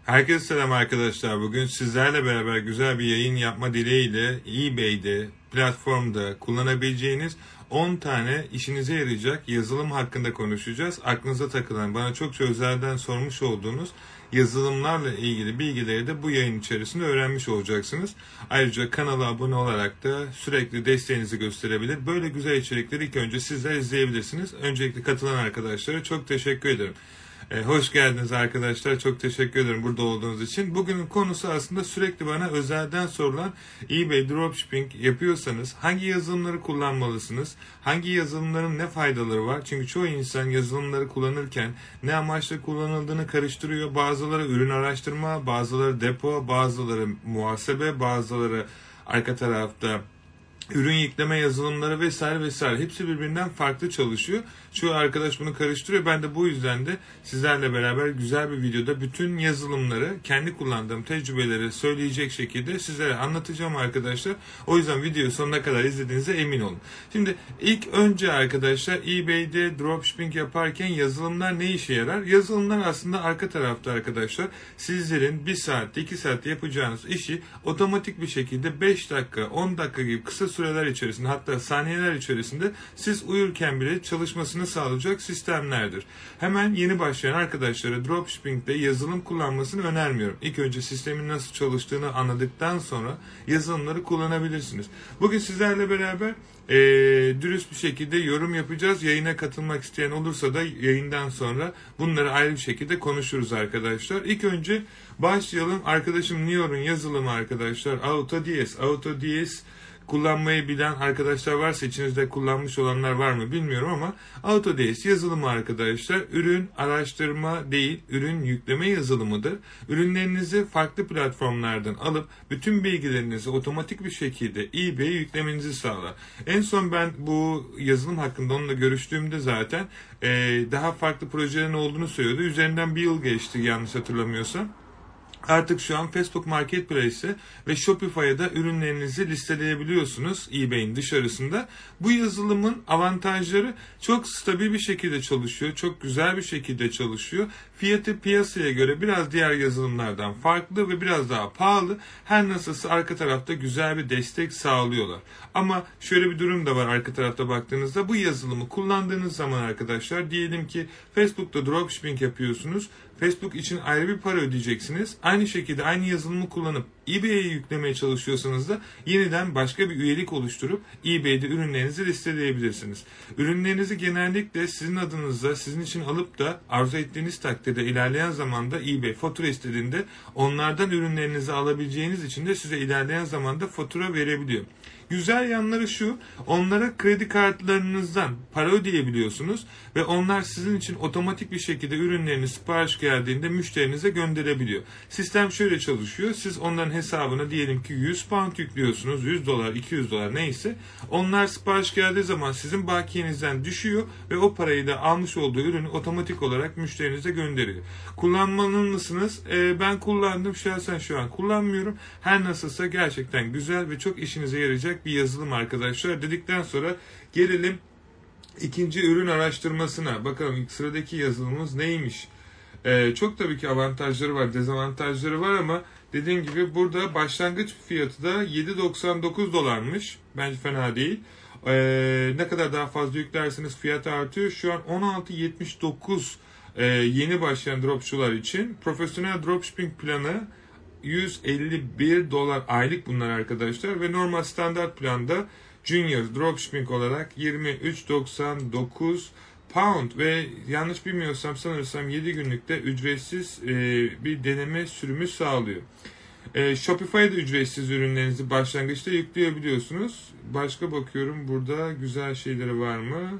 Herkese selam arkadaşlar. Bugün sizlerle beraber güzel bir yayın yapma dileğiyle eBay'de, platformda kullanabileceğiniz 10 tane işinize yarayacak yazılım hakkında konuşacağız. Aklınıza takılan, bana çokça özelden sormuş olduğunuz yazılımlarla ilgili bilgileri de bu yayın içerisinde öğrenmiş olacaksınız. Ayrıca kanala abone olarak da sürekli desteğinizi gösterebilir. Böyle güzel içerikleri ilk önce sizler izleyebilirsiniz. Öncelikle katılan arkadaşlara çok teşekkür ederim. Hoş geldiniz arkadaşlar. Çok teşekkür ederim burada olduğunuz için. Bugünün konusu aslında sürekli bana özelden sorulan eBay dropshipping yapıyorsanız hangi yazılımları kullanmalısınız? Hangi yazılımların ne faydaları var? Çünkü çoğu insan yazılımları kullanırken ne amaçla kullanıldığını karıştırıyor. Bazıları ürün araştırma, bazıları depo, bazıları muhasebe, bazıları arka tarafta ürün yükleme yazılımları vesaire vesaire. Hepsi birbirinden farklı çalışıyor. Çoğu arkadaş bunu karıştırıyor. Ben de bu yüzden de sizlerle beraber güzel bir videoda bütün yazılımları, kendi kullandığım tecrübeleri söyleyecek şekilde sizlere anlatacağım arkadaşlar. O yüzden videoyu sonuna kadar izlediğinize emin olun. Şimdi ilk önce arkadaşlar eBay'de dropshipping yaparken yazılımlar ne işe yarar? Yazılımlar aslında arka tarafta arkadaşlar sizlerin 1 saatte 2 saatte yapacağınız işi otomatik bir şekilde 5 dakika 10 dakika gibi kısa süreler içerisinde, hatta saniyeler içerisinde siz uyurken bile çalışmasını sağlayacak sistemlerdir. Hemen yeni başlayan arkadaşlara dropshipping'de yazılım kullanmasını önermiyorum. İlk önce sistemin nasıl çalıştığını anladıktan sonra yazılımları kullanabilirsiniz. Bugün sizlerle beraber dürüst bir şekilde yorum yapacağız. Yayına katılmak isteyen olursa da yayından sonra bunları ayrı bir şekilde konuşuruz arkadaşlar. İlk önce başlayalım. Arkadaşım Nior'un yazılımı arkadaşlar AutoDS. AutoDS kullanmayı bilen arkadaşlar varsa, içinizde kullanmış olanlar var mı bilmiyorum ama AutoDS yazılımı arkadaşlar ürün araştırma değil, ürün yükleme yazılımıdır. Ürünlerinizi farklı platformlardan alıp bütün bilgilerinizi otomatik bir şekilde eBay'e yüklemenizi sağlar. En son ben bu yazılım hakkında onunla görüştüğümde zaten daha farklı projelerin olduğunu söylüyordu. Üzerinden bir yıl geçti yanlış hatırlamıyorsam. Artık şu an Facebook Marketplace'e ve Shopify'a da ürünlerinizi listeleyebiliyorsunuz eBay'in dışarısında. Bu yazılımın avantajları çok stabil bir şekilde çalışıyor, çok güzel bir şekilde çalışıyor. Fiyatı piyasaya göre biraz diğer yazılımlardan farklı ve biraz daha pahalı. Her nasılsa arka tarafta güzel bir destek sağlıyorlar. Ama şöyle bir durum da var arka tarafta baktığınızda. Bu yazılımı kullandığınız zaman arkadaşlar diyelim ki Facebook'ta dropshipping yapıyorsunuz. Facebook için ayrı bir para ödeyeceksiniz. Aynı şekilde aynı yazılımı kullanıp eBay'e yüklemeye çalışıyorsanız da yeniden başka bir üyelik oluşturup eBay'de ürünlerinizi listeleyebilirsiniz. Ürünlerinizi genellikle sizin adınıza, sizin için alıp da arzu ettiğiniz takdirde ilerleyen zamanda eBay fatura istediğinde onlardan ürünlerinizi alabileceğiniz için de size ilerleyen zamanda fatura verebiliyor. Güzel yanları şu, onlara kredi kartlarınızdan para ödeyebiliyorsunuz ve onlar sizin için otomatik bir şekilde ürünlerini sipariş geldiğinde müşterinize gönderebiliyor. Sistem şöyle çalışıyor, siz onların hesabına diyelim ki 100 pound yüklüyorsunuz, 100 dolar, 200 dolar neyse, onlar sipariş geldiği zaman sizin bakiyenizden düşüyor ve o parayı da almış olduğu ürünü otomatik olarak müşterinize gönderiyor. Kullanmalı mısınız? Ben kullandım, şahsen şu an kullanmıyorum. Her nasılsa gerçekten güzel ve çok işinize yarayacak bir yazılım arkadaşlar dedikten sonra gelelim ikinci ürün araştırmasına. Bakalım ilk sıradaki yazılımımız neymiş? Çok tabii ki avantajları var, dezavantajları var ama dediğim gibi burada başlangıç fiyatı da 7.99 dolarmış. Bence fena değil. Ne kadar daha fazla yüklerseniz fiyatı artıyor. Şu an 16.79 yeni başlayan dropshipçular için. Profesyonel dropshipping planı 151 dolar aylık bunlar arkadaşlar ve normal standart planda Junior Dropshipping olarak 23.99 pound ve yanlış bilmiyorsam sanırsam 7 günlükte ücretsiz bir deneme sürümü sağlıyor. Shopify'da ücretsiz ürünlerinizi başlangıçta yükleyebiliyorsunuz. Başka bakıyorum burada güzel şeyleri var mı?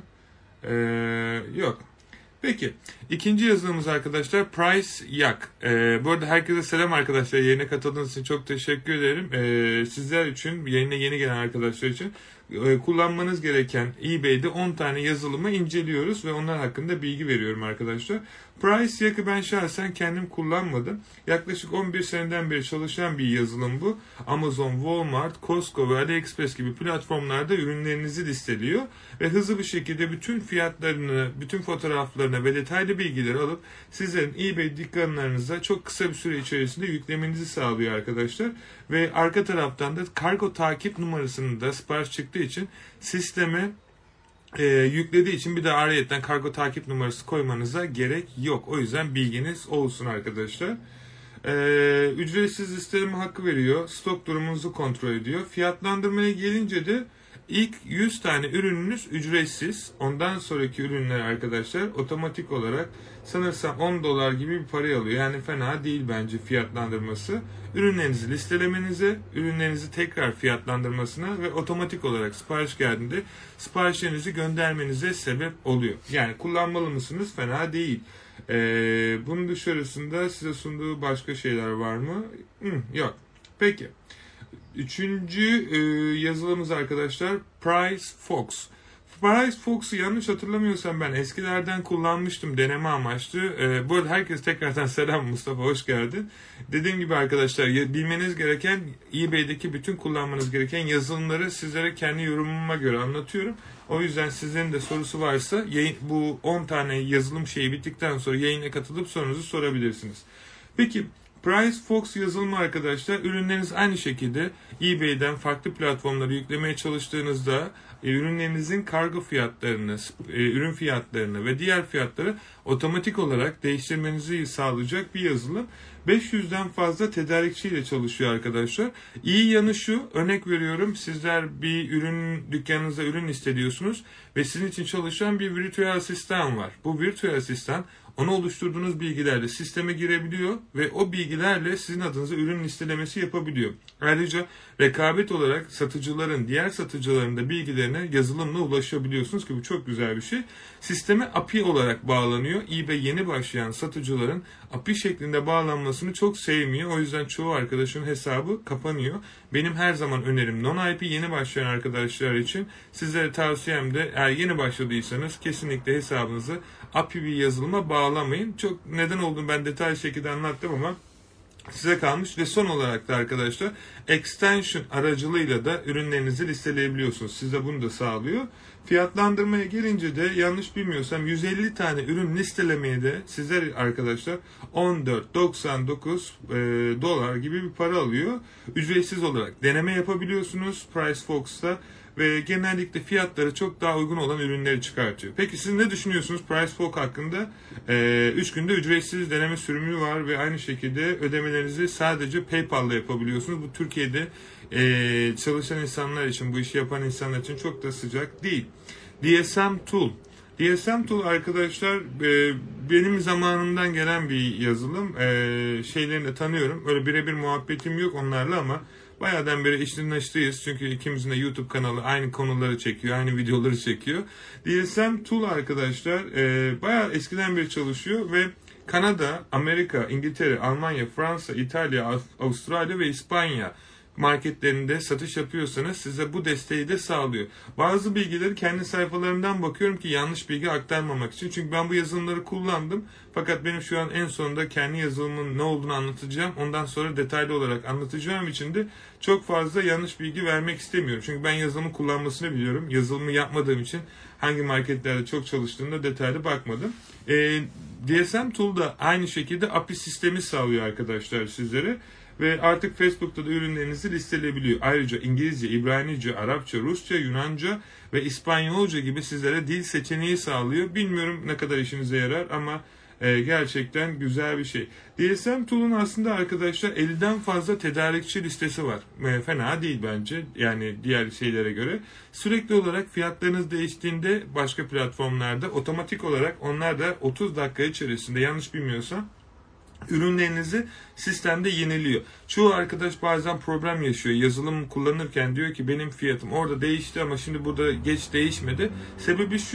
Yok. Peki, ikinci yazılımımız arkadaşlar Priceyak. Bu arada herkese selam arkadaşlar. Yayına katıldığınız için çok teşekkür ederim. Sizler için, yayına yeni gelen arkadaşlar için kullanmanız gereken eBay'de 10 tane yazılımı inceliyoruz ve onlar hakkında bilgi veriyorum arkadaşlar. Priceyak'ı ben şahsen kendim kullanmadım. Yaklaşık 11 seneden beri çalışan bir yazılım bu. Amazon, Walmart, Costco ve AliExpress gibi platformlarda ürünlerinizi listeliyor ve hızlı bir şekilde bütün fiyatlarını, bütün fotoğraflarını ve detaylı bilgileri alıp sizlerin eBay dükkanlarınıza çok kısa bir süre içerisinde yüklemenizi sağlıyor arkadaşlar. Ve arka taraftan da kargo takip numarasını da sipariş çıktığı için sisteme yüklediği için bir de ayrıyeten kargo takip numarası koymanıza gerek yok. O yüzden bilginiz olsun arkadaşlar. Ücretsiz listeleme hakkı veriyor. Stok durumunuzu kontrol ediyor. Fiyatlandırmaya gelince de ilk 100 tane ürününüz ücretsiz. Ondan sonraki ürünler arkadaşlar otomatik olarak sanırsam $10 gibi bir para alıyor. Yani fena değil bence fiyatlandırması. Ürünlerinizi listelemenize, ürünlerinizi tekrar fiyatlandırmasına ve otomatik olarak sipariş geldiğinde siparişlerinizi göndermenize sebep oluyor. Yani kullanmalı mısınız? Fena değil. Bunun dışarısında size sunduğu başka şeyler var mı? Yok. Peki. Üçüncü yazılımımız arkadaşlar PriceFox. PriceFox'u yanlış hatırlamıyorsam ben eskilerden kullanmıştım deneme amaçlı. Bu arada herkes tekrardan selam Mustafa, hoş geldin. Dediğim gibi arkadaşlar bilmeniz gereken eBay'deki bütün kullanmanız gereken yazılımları sizlere kendi yorumuma göre anlatıyorum. O yüzden sizlerin de sorusu varsa bu 10 tane yazılım şeyi bittikten sonra yayına katılıp sorunuzu sorabilirsiniz. Peki PriceFox yazılımı arkadaşlar, ürünleriniz aynı şekilde eBay'den farklı platformlara yüklemeye çalıştığınızda ürünlerinizin kargo fiyatlarını, ürün fiyatlarını ve diğer fiyatları otomatik olarak değiştirmenizi sağlayacak bir yazılım. 500'den fazla tedarikçiyle çalışıyor arkadaşlar. İyi yanı şu, örnek veriyorum, sizler bir dükkanınıza ürün listeliyorsunuz ve sizin için çalışan bir virtüel asistan var. Bu virtüel asistan ona oluşturduğunuz bilgilerle sisteme girebiliyor ve o bilgilerle sizin adınıza ürün listelemesi yapabiliyor. Ayrıca rekabet olarak satıcıların, diğer satıcıların da bilgilerine yazılımla ulaşabiliyorsunuz ki bu çok güzel bir şey. Sisteme API olarak bağlanıyor. eBay yeni başlayan satıcıların API şeklinde bağlanmasını çok sevmiyor. O yüzden çoğu arkadaşın hesabı kapanıyor. Benim her zaman önerim non-IP yeni başlayan arkadaşlar için. Sizlere tavsiyem de eğer yeni başladıysanız kesinlikle hesabınızı API bir yazılıma bağlamayın. Çok neden olduğunu ben detaylı şekilde anlattım ama size kalmış. Ve son olarak da arkadaşlar extension aracılığıyla da ürünlerinizi listeleyebiliyorsunuz. Size bunu da sağlıyor. Fiyatlandırmaya gelince de yanlış bilmiyorsam 150 tane ürün listelemeye de sizler arkadaşlar $14.99 gibi bir para alıyor. Ücretsiz olarak deneme yapabiliyorsunuz PriceFox'ta ve genellikle fiyatları çok daha uygun olan ürünleri çıkartıyor. Peki siz ne düşünüyorsunuz PriceFox hakkında? 3 günde ücretsiz deneme sürümü var ve aynı şekilde ödemelerinizi sadece PayPal'la yapabiliyorsunuz. Bu Türkiye'de çalışan insanlar için, bu işi yapan insanlar için çok da sıcak değil. DSM Tool. DSM Tool arkadaşlar benim zamanımdan gelen bir yazılım. Şeylerini de tanıyorum. Öyle birebir muhabbetim yok onlarla ama bayağıdan beri işin açtıyız. Çünkü ikimizin de YouTube kanalı aynı konuları çekiyor, aynı videoları çekiyor. DSM Tool arkadaşlar bayağı eskiden beri çalışıyor ve Kanada, Amerika, İngiltere, Almanya, Fransa, İtalya, Avustralya ve İspanya marketlerinde satış yapıyorsanız size bu desteği de sağlıyor. Bazı bilgileri kendi sayfalarımdan bakıyorum ki yanlış bilgi aktarmamak için. Çünkü ben bu yazılımları kullandım. Fakat benim şu an en sonunda kendi yazılımın ne olduğunu anlatacağım. Ondan sonra detaylı olarak anlatacağım için de çok fazla yanlış bilgi vermek istemiyorum. Çünkü ben yazılımı kullanmasını biliyorum. Yazılımı yapmadığım için hangi marketlerde çok çalıştığında detaylı bakmadım. DSM Tool da aynı şekilde API sistemi sağlıyor arkadaşlar sizlere. Ve artık Facebook'ta da ürünlerinizi listeleyebiliyor. Ayrıca İngilizce, İbranice, Arapça, Rusça, Yunanca ve İspanyolca gibi sizlere dil seçeneği sağlıyor. Bilmiyorum ne kadar işinize yarar ama gerçekten güzel bir şey. DSM Tool'un aslında arkadaşlar 50'den fazla tedarikçi listesi var. Fena değil bence. Yani diğer şeylere göre. Sürekli olarak fiyatlarınız değiştiğinde başka platformlarda otomatik olarak onlar da 30 dakika içerisinde yanlış bilmiyorsam ürünlerinizi sistemde yeniliyor. Çoğu arkadaş bazen problem yaşıyor. Yazılım kullanırken diyor ki benim fiyatım orada değişti ama şimdi burada geç değişmedi. Sebebi şu,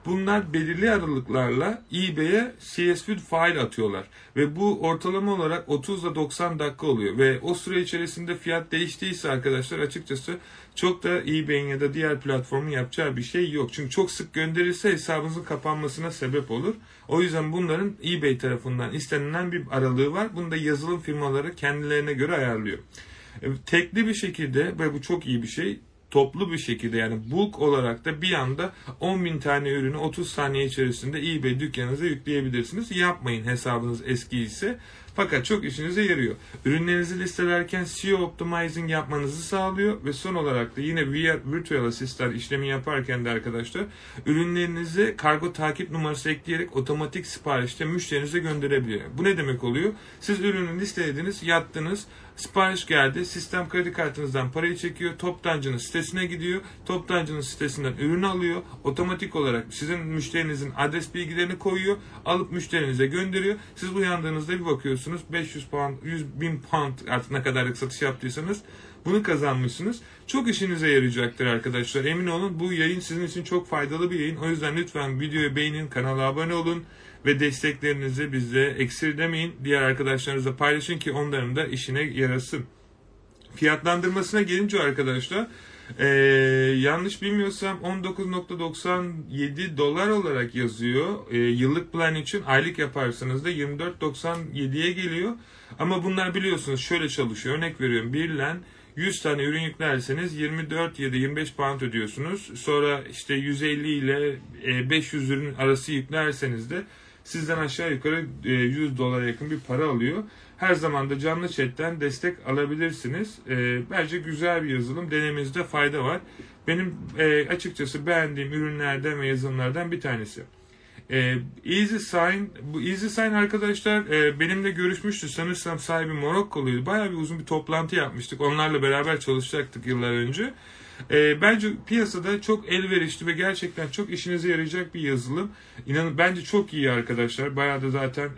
Bunlar belirli aralıklarla eBay'e CSV file atıyorlar. Ve bu ortalama olarak 30 ile 90 dakika oluyor. Ve o süre içerisinde fiyat değiştiyse arkadaşlar açıkçası çok da eBay'in ya da diğer platformun yapacağı bir şey yok. Çünkü çok sık gönderirse hesabınızın kapanmasına sebep olur. O yüzden bunların eBay tarafından istenilen bir aralığı var. Bunu da yazılım firmaları kendilerine göre ayarlıyor. Tekli bir şekilde ve bu çok iyi bir şey. Toplu bir şekilde yani bulk olarak da bir anda 10.000 tane ürünü 30 saniye içerisinde eBay dükkanınıza yükleyebilirsiniz. Yapmayın hesabınız eski ise. Fakat çok işinize yarıyor. Ürünlerinizi listelerken SEO optimizing yapmanızı sağlıyor ve son olarak da yine virtual asistan işlemi yaparken de arkadaşlar ürünlerinizi kargo takip numarası ekleyerek otomatik siparişte müşterinize gönderebiliyor. Bu ne demek oluyor? Siz ürünü listelediniz, yattınız, sipariş geldi, sistem kredi kartınızdan parayı çekiyor, toptancının sitesine gidiyor, toptancının sitesinden ürünü alıyor, otomatik olarak sizin müşterinizin adres bilgilerini koyuyor, alıp müşterinize gönderiyor. Siz uyandığınızda bir bakıyorsunuz 500 pound, 100.000 pound artık ne kadarlık satış yaptıysanız bunu kazanmışsınız. Çok işinize yarayacaktır arkadaşlar. Emin olun bu yayın sizin için çok faydalı bir yayın. O yüzden lütfen videoyu beğenin, kanala abone olun ve desteklerinizi bizde esirgemeyin. Diğer arkadaşlarınızla paylaşın ki onların da işine yarasın. Fiyatlandırmasına gelince arkadaşlar yanlış bilmiyorsam 19.97 dolar olarak yazıyor. Yıllık plan için aylık yaparsanız da 24.97'ye geliyor. Ama bunlar biliyorsunuz şöyle çalışıyor. Örnek veriyorum 100 tane ürün yüklerseniz 24 ya da 25 pound ödüyorsunuz. Sonra işte 150 ile 500 ürün arası yüklerseniz de sizden aşağı yukarı 100 dolara yakın bir para alıyor. Her zaman da canlı chatten destek alabilirsiniz. Bence güzel bir yazılım. Denemenizde fayda var. Benim açıkçası beğendiğim ürünlerden ve yazılımlardan bir tanesi. EasySign. Bu EasySign arkadaşlar benimle görüşmüştü. Sanırsam sahibi Morokkoluydu. Bayağı bir uzun bir toplantı yapmıştık. Onlarla beraber çalışacaktık yıllar önce. Bence piyasada çok elverişli ve gerçekten çok işinize yarayacak bir yazılım. İnanın bence çok iyi arkadaşlar. Bayağı da zaten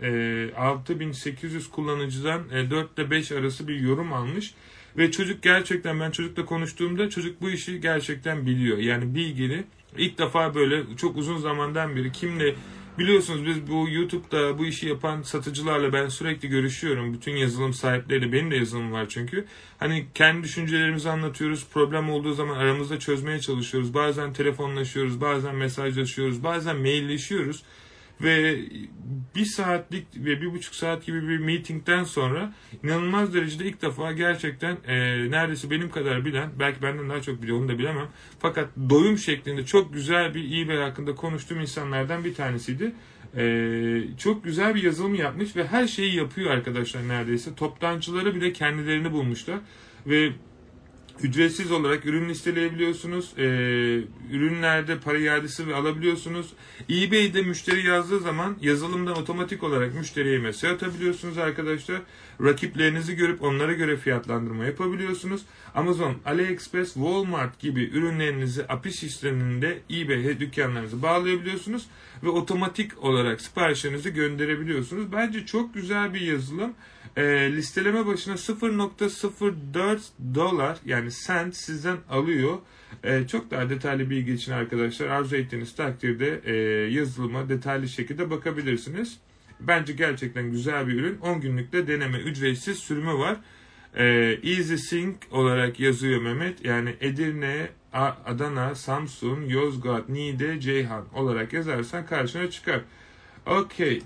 6800 kullanıcıdan 4 ile 5 arası bir yorum almış. Ve çocuk gerçekten ben çocukla konuştuğumda çocuk bu işi gerçekten biliyor. Yani bilgili. İlk defa böyle çok uzun zamandan beri kimle biliyorsunuz biz bu YouTube'da bu işi yapan satıcılarla ben sürekli görüşüyorum. Bütün yazılım sahipleriyle benim de yazılımım var çünkü. Hani kendi düşüncelerimizi anlatıyoruz. Problem olduğu zaman aramızda çözmeye çalışıyoruz. Bazen telefonlaşıyoruz, bazen mesajlaşıyoruz, bazen mailleşiyoruz. Ve 1 saatlik ve 1,5 saat gibi bir meetingden sonra inanılmaz derecede ilk defa gerçekten neredeyse benim kadar bilen, belki benden daha çok biliyor onu da bilemem. Fakat doyum şeklinde çok güzel bir eBay hakkında konuştuğum insanlardan bir tanesiydi. Çok güzel bir yazılım yapmış ve her şeyi yapıyor arkadaşlar neredeyse. Toptancıları bile kendilerini bulmuşlar ve ücretsiz olarak ürün listeleyebiliyorsunuz. Ürünlerde para iadesi alabiliyorsunuz. eBay'de müşteri yazdığı zaman yazılımdan otomatik olarak müşteriye mesaj atabiliyorsunuz arkadaşlar. Rakiplerinizi görüp onlara göre fiyatlandırma yapabiliyorsunuz. Amazon, AliExpress, Walmart gibi ürünlerinizi API sisteminde eBay dükkanlarınızı bağlayabiliyorsunuz ve otomatik olarak siparişlerinizi gönderebiliyorsunuz. Bence çok güzel bir yazılım. Listeleme başına 0.04 dolar yani cent sizden alıyor. Çok daha detaylı bilgi için arkadaşlar arzu ettiğiniz takdirde yazılıma detaylı şekilde bakabilirsiniz. Bence gerçekten güzel bir ürün. 10 günlük de deneme ücretsiz sürümü var. EasySync olarak yazıyor Mehmet. Yani Edirne, Adana, Samsun, Yozgat, Niğde, Ceyhan olarak yazarsan karşına çıkar. Okay.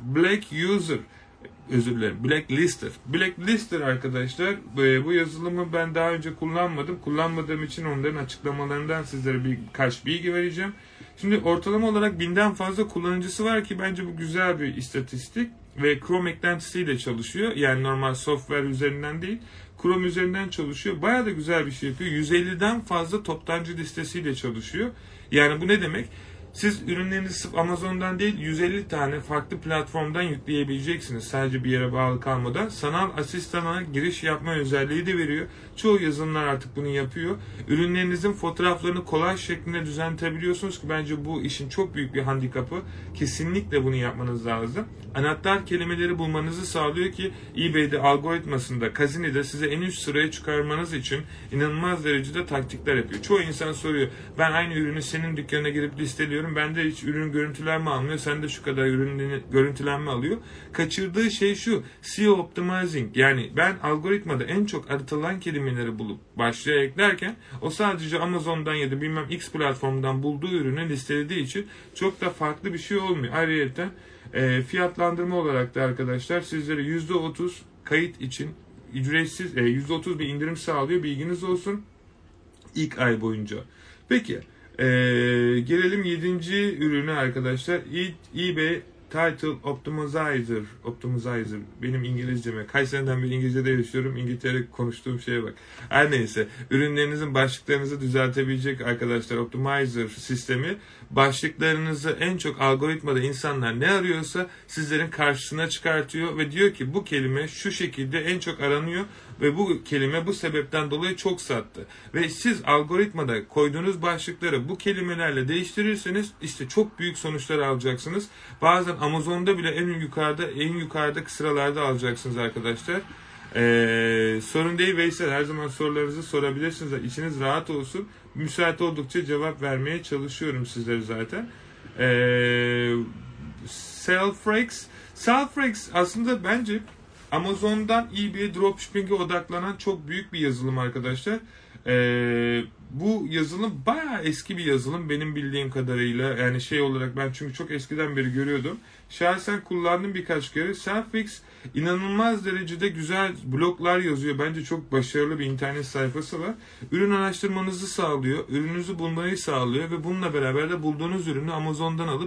Blacklister. Blacklister arkadaşlar bu yazılımı ben daha önce kullanmadım. Kullanmadığım için onların açıklamalarından sizlere birkaç bilgi vereceğim. Şimdi ortalama olarak 1000'den fazla kullanıcısı var ki bence bu güzel bir istatistik ve Chrome eklentisiyle çalışıyor. Yani normal software üzerinden değil. Chrome üzerinden çalışıyor. Bayağı da güzel bir şey yapıyor. 150'den fazla toptancı listesiyle çalışıyor. Yani bu ne demek? Siz ürünlerinizi sırf Amazon'dan değil 150 tane farklı platformdan yükleyebileceksiniz. Sadece bir yere bağlı kalmadan. Sanal asistana giriş yapma özelliği de veriyor. Çoğu yazılımlar artık bunu yapıyor. Ürünlerinizin fotoğraflarını kolaj şeklinde düzenletebiliyorsunuz ki bence bu işin çok büyük bir handikapı. Kesinlikle bunu yapmanız lazım. Anahtar kelimeleri bulmanızı sağlıyor ki eBay'de algoritmasında, Kazini'de size en üst sıraya çıkarmanız için inanılmaz derecede taktikler yapıyor. Çoğu insan soruyor. Ben aynı ürünü senin dükkanına girip listeliyorum diyorum. Bende hiç ürün görüntülenme almıyor. Sende şu kadar ürün görüntülenme alıyor. Kaçırdığı şey şu. SEO optimizing. Yani ben algoritmada en çok aratılan kelimeleri bulup başlığa eklerken o sadece Amazon'dan ya da bilmem X platformundan bulduğu ürünü listelediği için çok da farklı bir şey olmuyor. Ayrıca fiyatlandırma olarak da arkadaşlar sizlere %30 kayıt için ücretsiz %30 bir indirim sağlıyor. Bilginiz olsun. İlk ay boyunca. Peki. Gelelim 7. ürünü arkadaşlar. eBay Title Optimizer. Benim İngilizceme. Kaç seneden beri İngilizce'de yaşıyorum. İngiltere konuştuğum şeye bak. Her neyse. Ürünlerinizin başlıklarınızı düzeltebilecek arkadaşlar Optimizer sistemi. Başlıklarınızı en çok algoritmada insanlar ne arıyorsa sizlerin karşısına çıkartıyor ve diyor ki bu kelime şu şekilde en çok aranıyor ve bu kelime bu sebepten dolayı çok sattı. Ve siz algoritmada koyduğunuz başlıkları bu kelimelerle değiştirirseniz işte çok büyük sonuçlar alacaksınız. Bazen Amazon'da bile en yukarıda sıralarda alacaksınız arkadaşlar. Sorun değil Veysel, her zaman sorularınızı sorabilirsiniz. İçiniz rahat olsun. Müsait oldukça cevap vermeye çalışıyorum sizlere zaten. Sellfrex aslında bence Amazon'dan eBay dropshipping'e odaklanan çok büyük bir yazılım arkadaşlar. Bu yazılım bayağı eski bir yazılım benim bildiğim kadarıyla. Yani şey olarak ben çünkü çok eskiden beri görüyordum. Şahsen kullandım birkaç kere. Sellfrex inanılmaz derecede güzel bloglar yazıyor. Bence çok başarılı bir internet sayfası var. Ürün araştırmanızı sağlıyor. Ürününüzü bulmayı sağlıyor ve bununla beraber de bulduğunuz ürünü Amazon'dan alıp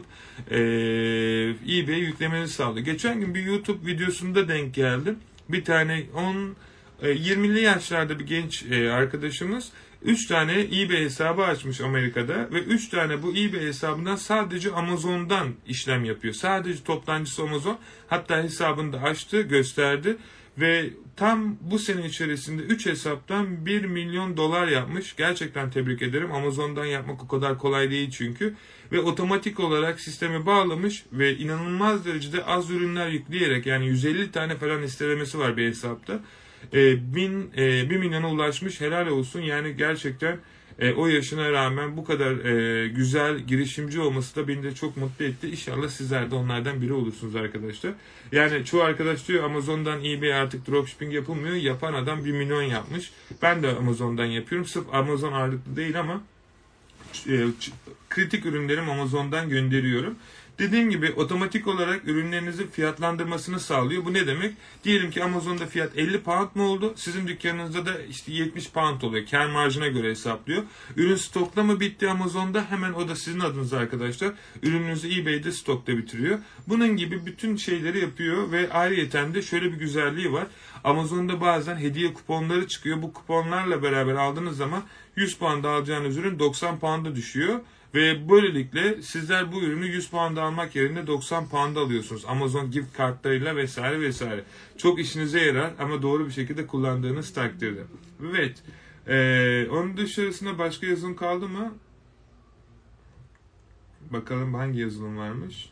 eBay'e yüklemenizi sağlıyor. Geçen gün bir YouTube videosunda denk geldim. Bir tane 20'li yaşlarda bir genç arkadaşımız 3 tane eBay hesabı açmış Amerika'da ve 3 tane bu eBay hesabından sadece Amazon'dan işlem yapıyor. Sadece toptancısı Amazon. Hatta hesabını da açtı, gösterdi ve tam bu sene içerisinde 3 hesaptan $1 milyon yapmış. Gerçekten tebrik ederim. Amazon'dan yapmak o kadar kolay değil çünkü. Ve otomatik olarak sisteme bağlamış ve inanılmaz derecede az ürünler yükleyerek, yani 150 tane falan listelemesi var bir hesapta. 1 milyona ulaşmış, helal olsun. Yani gerçekten o yaşına rağmen bu kadar güzel girişimci olması da beni de çok mutlu etti. İnşallah sizler de onlardan biri olursunuz arkadaşlar. Yani çoğu arkadaş diyor Amazon'dan eBay artık dropshipping yapılmıyor. Yapan adam 1 milyon yapmış. Ben de Amazon'dan yapıyorum. Sırf Amazon ağırlıklı değil ama kritik ürünlerimi Amazon'dan gönderiyorum. Dediğim gibi otomatik olarak ürünlerinizin fiyatlandırmasını sağlıyor. Bu ne demek? Diyelim ki Amazon'da fiyat 50 pound mu oldu? Sizin dükkanınızda da işte 70 pound oluyor. Kâr marjına göre hesaplıyor. Ürün stokta mı bitti Amazon'da? Hemen o da sizin adınız arkadaşlar. Ürününüzü eBay'de stokta bitiriyor. Bunun gibi bütün şeyleri yapıyor ve ayrıyeten de şöyle bir güzelliği var. Amazon'da bazen hediye kuponları çıkıyor. Bu kuponlarla beraber aldığınız zaman 100 pound'a alacağınız ürün 90 pound'a düşüyor. Ve böylelikle sizler bu ürünü 100 pound'a almak yerine 90 pound'a alıyorsunuz. Amazon gift kartlarıyla vesaire vesaire. Çok işinize yarar ama doğru bir şekilde kullandığınız takdirde. Evet. Onun dışarısında başka yazılım kaldı mı? Bakalım hangi yazılım varmış.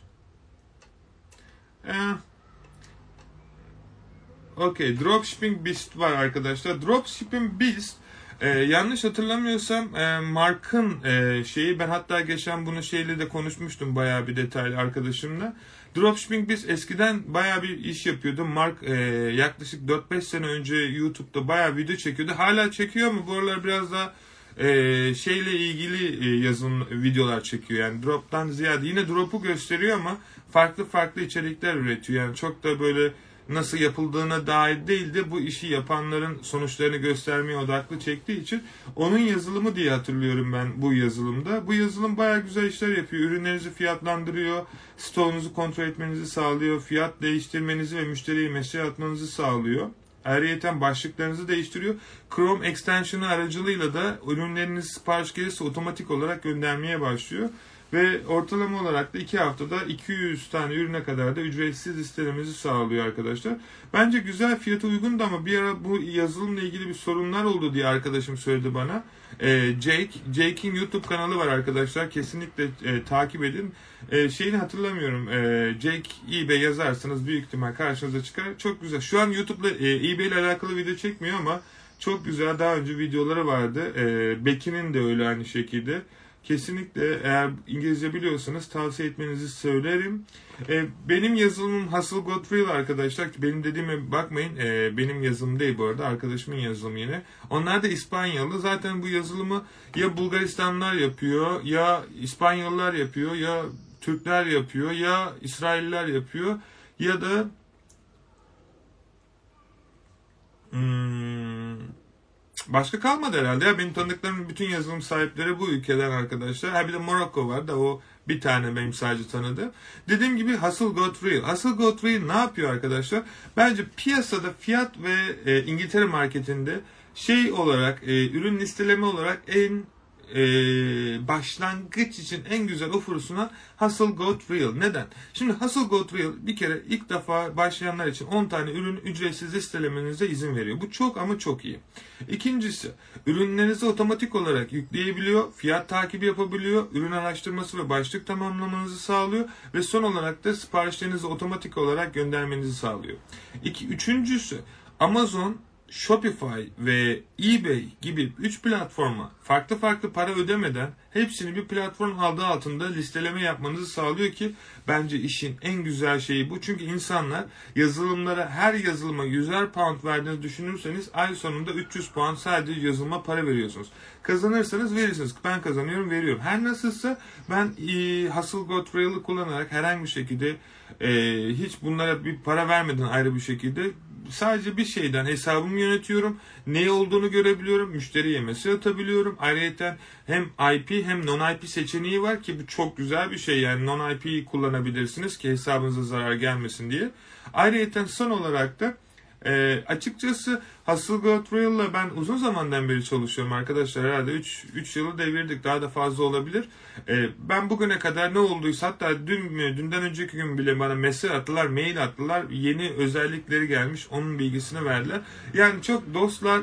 Okay. Dropshipping Beast var arkadaşlar. Dropshipping Beast yanlış hatırlamıyorsam Mark'ın şeyi, ben hatta geçen bunu şeyle de konuşmuştum bayağı bir detaylı arkadaşımla. Dropshipping biz eskiden bayağı bir iş yapıyordu. Mark yaklaşık 4-5 sene önce YouTube'da bayağı video çekiyordu. Hala çekiyor ama bu aralar biraz daha şeyle ilgili yazılım videolar çekiyor. Yani drop'tan ziyade yine drop'u gösteriyor ama farklı içerikler üretiyor. Yani çok da böyle nasıl yapıldığına dair değil de bu işi yapanların sonuçlarını göstermeye odaklı çektiği için onun yazılımı diye hatırlıyorum ben bu yazılımda. Bu yazılım bayağı güzel işler yapıyor. Ürünlerinizi fiyatlandırıyor, stoğunuzu kontrol etmenizi sağlıyor, fiyat değiştirmenizi ve müşteriye mesaj atmanızı sağlıyor. Ayrıyeten başlıklarınızı değiştiriyor. Chrome extension'ı aracılığıyla da ürünleriniz sipariş gelirse otomatik olarak göndermeye başlıyor. Ve ortalama olarak da 2 haftada 200 tane ürüne kadar da ücretsiz listelememizi sağlıyor arkadaşlar. Bence güzel, fiyatı uygundu ama bir ara bu yazılımla ilgili bir sorunlar oldu diye arkadaşım söyledi bana. Jake'in YouTube kanalı var arkadaşlar. Kesinlikle takip edin. Şeyini hatırlamıyorum. Jake eBay yazarsanız büyük ihtimal karşınıza çıkar. Çok güzel. Şu an YouTube'da eBay ile alakalı video çekmiyor ama çok güzel. Daha önce videoları vardı. Becky'nin de öyle aynı şekilde. kesinlikle eğer İngilizce biliyorsanız tavsiye etmenizi söylerim. Benim yazılımım Hustle Got Real arkadaşlar. Benim dediğime bakmayın. Benim yazılım değil bu arada. Arkadaşımın yazılımı yine. Onlar da İspanyalı. Zaten bu yazılımı ya Bulgaristanlılar yapıyor, ya İspanyollar yapıyor, ya Türkler yapıyor, ya İsrailler yapıyor, ya da başka kalmadı herhalde. Ya benim tanıdıklarımın bütün yazılım sahipleri bu ülkeden arkadaşlar. Ha bir de Morocco var da o bir tane benim sadece tanıdığım. Dediğim gibi Hustle Got Real. Hustle Got Real ne yapıyor arkadaşlar? Bence piyasada fiyat ve İngiltere marketinde şey olarak ürün listeleme olarak en başlangıç için en güzel offer sunan Hustle Got Real. Neden? Şimdi Hustle Got Real bir kere ilk defa başlayanlar için 10 tane ürün ücretsiz listelemenize izin veriyor. Bu çok ama çok iyi. İkincisi, ürünlerinizi otomatik olarak yükleyebiliyor, fiyat takibi yapabiliyor, ürün araştırması ve başlık tamamlamanızı sağlıyor ve son olarak da siparişlerinizi otomatik olarak göndermenizi sağlıyor. Üçüncüsü, Amazon, Shopify ve eBay gibi 3 platforma farklı farklı para ödemeden hepsini bir platform adı altında listeleme yapmanızı sağlıyor ki bence işin en güzel şeyi bu. Çünkü insanlar yazılımlara her yazılıma 100'er pound verdiğinizi düşünürseniz ay sonunda 300 pound sadece yazılıma para veriyorsunuz. Kazanırsanız verirsiniz. Ben kazanıyorum, veriyorum. Her nasılsa ben Hustle Got Real'ı kullanarak herhangi bir şekilde hiç bunlara bir para vermeden ayrı bir şekilde sadece bir şeyden hesabımı yönetiyorum. Ne olduğunu görebiliyorum. Müşteriye mesaj atabiliyorum. Ayrıca hem IP hem non-IP seçeneği var ki bu çok güzel bir şey. Yani non-IP'yi kullanabilirsiniz ki hesabınıza zarar gelmesin diye. Ayrıca son olarak da açıkçası Hustle Got Real'la ben uzun zamandan beri çalışıyorum arkadaşlar. Herhalde 3 yılı devirdik. Daha da fazla olabilir. Ben bugüne kadar ne olduysa hatta dünden önceki gün bile bana mesaj attılar, mail attılar. Yeni özellikleri gelmiş. Onun bilgisini verdiler. Yani çok dostlar,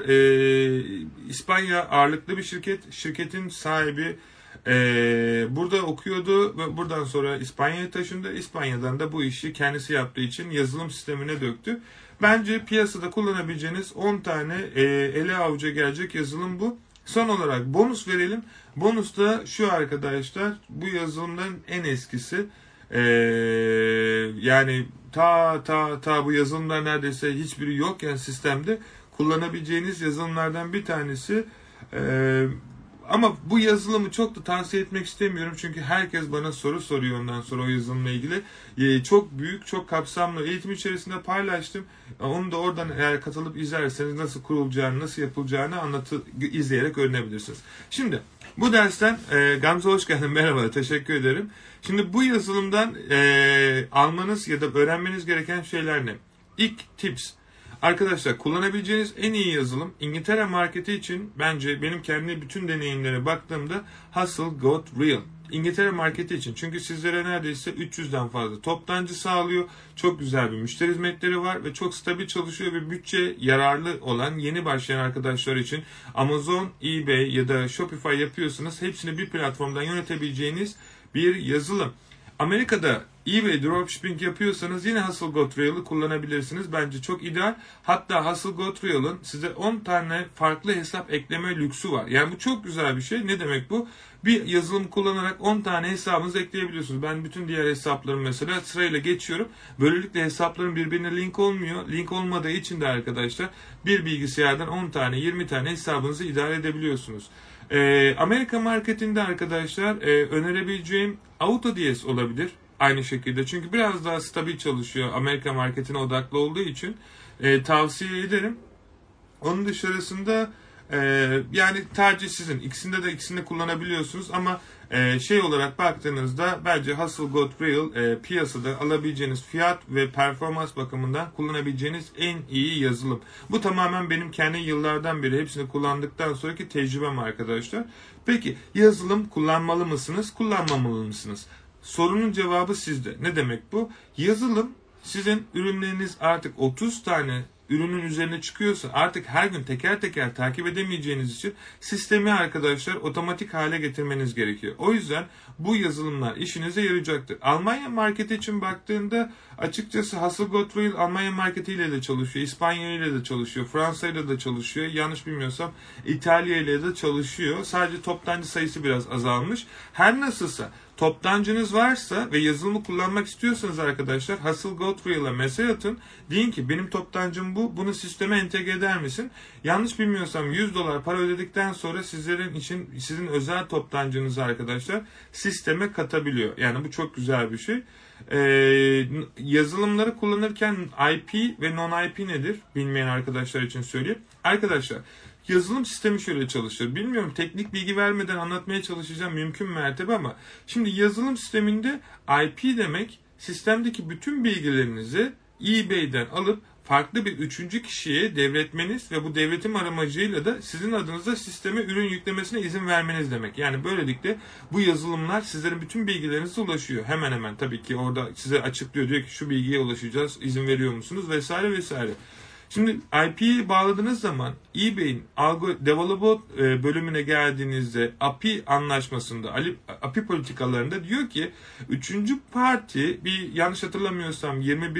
İspanya ağırlıklı bir şirket. Şirketin sahibi burada okuyordu ve buradan sonra İspanya'ya taşındı. İspanya'dan da bu işi kendisi yaptığı için yazılım sistemine döktü. Bence piyasada kullanabileceğiniz 10 tane ele avuca gelecek yazılım bu. Son olarak bonus verelim. Bonus da şu arkadaşlar, bu yazılımların en eskisi. Yani ta bu yazılımlar neredeyse hiçbiri yokken sistemde kullanabileceğiniz yazılımlardan bir tanesi. Ama bu yazılımı çok da tavsiye etmek istemiyorum. Çünkü herkes bana soru soruyor ondan sonra o yazılımla ilgili. Çok büyük, çok kapsamlı eğitim içerisinde paylaştım. Onu da oradan eğer katılıp izlerseniz nasıl kurulacağını, nasıl yapılacağını izleyerek öğrenebilirsiniz. Şimdi bu dersten Gamze hoş geldin. Merhaba, teşekkür ederim. Şimdi bu yazılımdan almanız ya da öğrenmeniz gereken şeyler ne? İlk tips. Arkadaşlar kullanabileceğiniz en iyi yazılım İngiltere marketi için bence benim kendi bütün deneyimlere baktığımda Hustle Got Real. İngiltere marketi için. Çünkü sizlere neredeyse 300'den fazla toptancı sağlıyor. Çok güzel bir müşteri hizmetleri var ve çok stabil çalışıyor ve bütçe yararlı olan yeni başlayan arkadaşlar için Amazon, eBay ya da Shopify yapıyorsanız hepsini bir platformdan yönetebileceğiniz bir yazılım. Amerika'da eBay dropshipping yapıyorsanız yine Hustle Got Real'ı kullanabilirsiniz. Bence çok ideal. Hatta Hustle Got Real'ın size 10 tane farklı hesap ekleme lüksü var. Yani bu çok güzel bir şey. Ne demek bu? Bir yazılım kullanarak 10 tane hesabınızı ekleyebiliyorsunuz. Ben bütün diğer hesaplarımı mesela sırayla geçiyorum. Böylelikle hesapların birbirine link olmuyor. Link olmadığı için de arkadaşlar bir bilgisayardan 10 tane 20 tane hesabınızı idare edebiliyorsunuz. Amerika marketinde arkadaşlar önerebileceğim AutoDS olabilir. Aynı şekilde. Çünkü biraz daha stabil çalışıyor. Amerika marketine odaklı olduğu için tavsiye ederim. Onun dışarısında yani tercih sizin. İkisini de kullanabiliyorsunuz ama şey olarak baktığınızda bence Hustle Got Real piyasada alabileceğiniz fiyat ve performans bakımından kullanabileceğiniz en iyi yazılım. Bu tamamen benim kendi yıllardan beri hepsini kullandıktan sonraki tecrübem arkadaşlar. Peki yazılım kullanmalı mısınız? Kullanmamalı mısınız? Sorunun cevabı sizde. Ne demek bu? Yazılım sizin ürünleriniz artık 30 tane ürünün üzerine çıkıyorsa artık her gün teker teker takip edemeyeceğiniz için sistemi arkadaşlar otomatik hale getirmeniz gerekiyor. O yüzden bu yazılımlar işinize yarayacaktır. Almanya marketi için baktığında açıkçası Hasselgott-Rühl Almanya marketiyle de çalışıyor, İspanya ile de çalışıyor, Fransa ile de çalışıyor. Yanlış bilmiyorsam İtalya ile de çalışıyor. Sadece toptancı sayısı biraz azalmış. Her nasılsa toptancınız varsa ve yazılımı kullanmak istiyorsanız arkadaşlar Hasselgott-Rühl'e mesaj atın. Deyin ki benim toptancım bu. Bunu sisteme entegre eder misin? Yanlış bilmiyorsam $100 para ödedikten sonra sizin özel toptancınızı arkadaşlar sisteme katabiliyor. Yani bu çok güzel bir şey. Yazılımları kullanırken IP ve non-IP nedir? Bilmeyen arkadaşlar için söyleyeyim. Arkadaşlar yazılım sistemi şöyle çalışır. Bilmiyorum, teknik bilgi vermeden anlatmaya çalışacağım mümkün mertebe ama şimdi yazılım sisteminde IP demek sistemdeki bütün bilgilerinizi eBay'den alıp farklı bir üçüncü kişiye devretmeniz ve bu devretim amacıyla da sizin adınıza sisteme ürün yüklemesine izin vermeniz demek. Yani böylelikle bu yazılımlar sizlerin bütün bilgilerinize ulaşıyor. Hemen hemen tabii ki orada size açıklıyor, diyor ki şu bilgiye ulaşacağız, izin veriyor musunuz vesaire vesaire. Şimdi IP'yi bağladığınız zaman eBay'in developer bölümüne geldiğinizde API anlaşmasında, API politikalarında diyor ki üçüncü parti, bir yanlış hatırlamıyorsam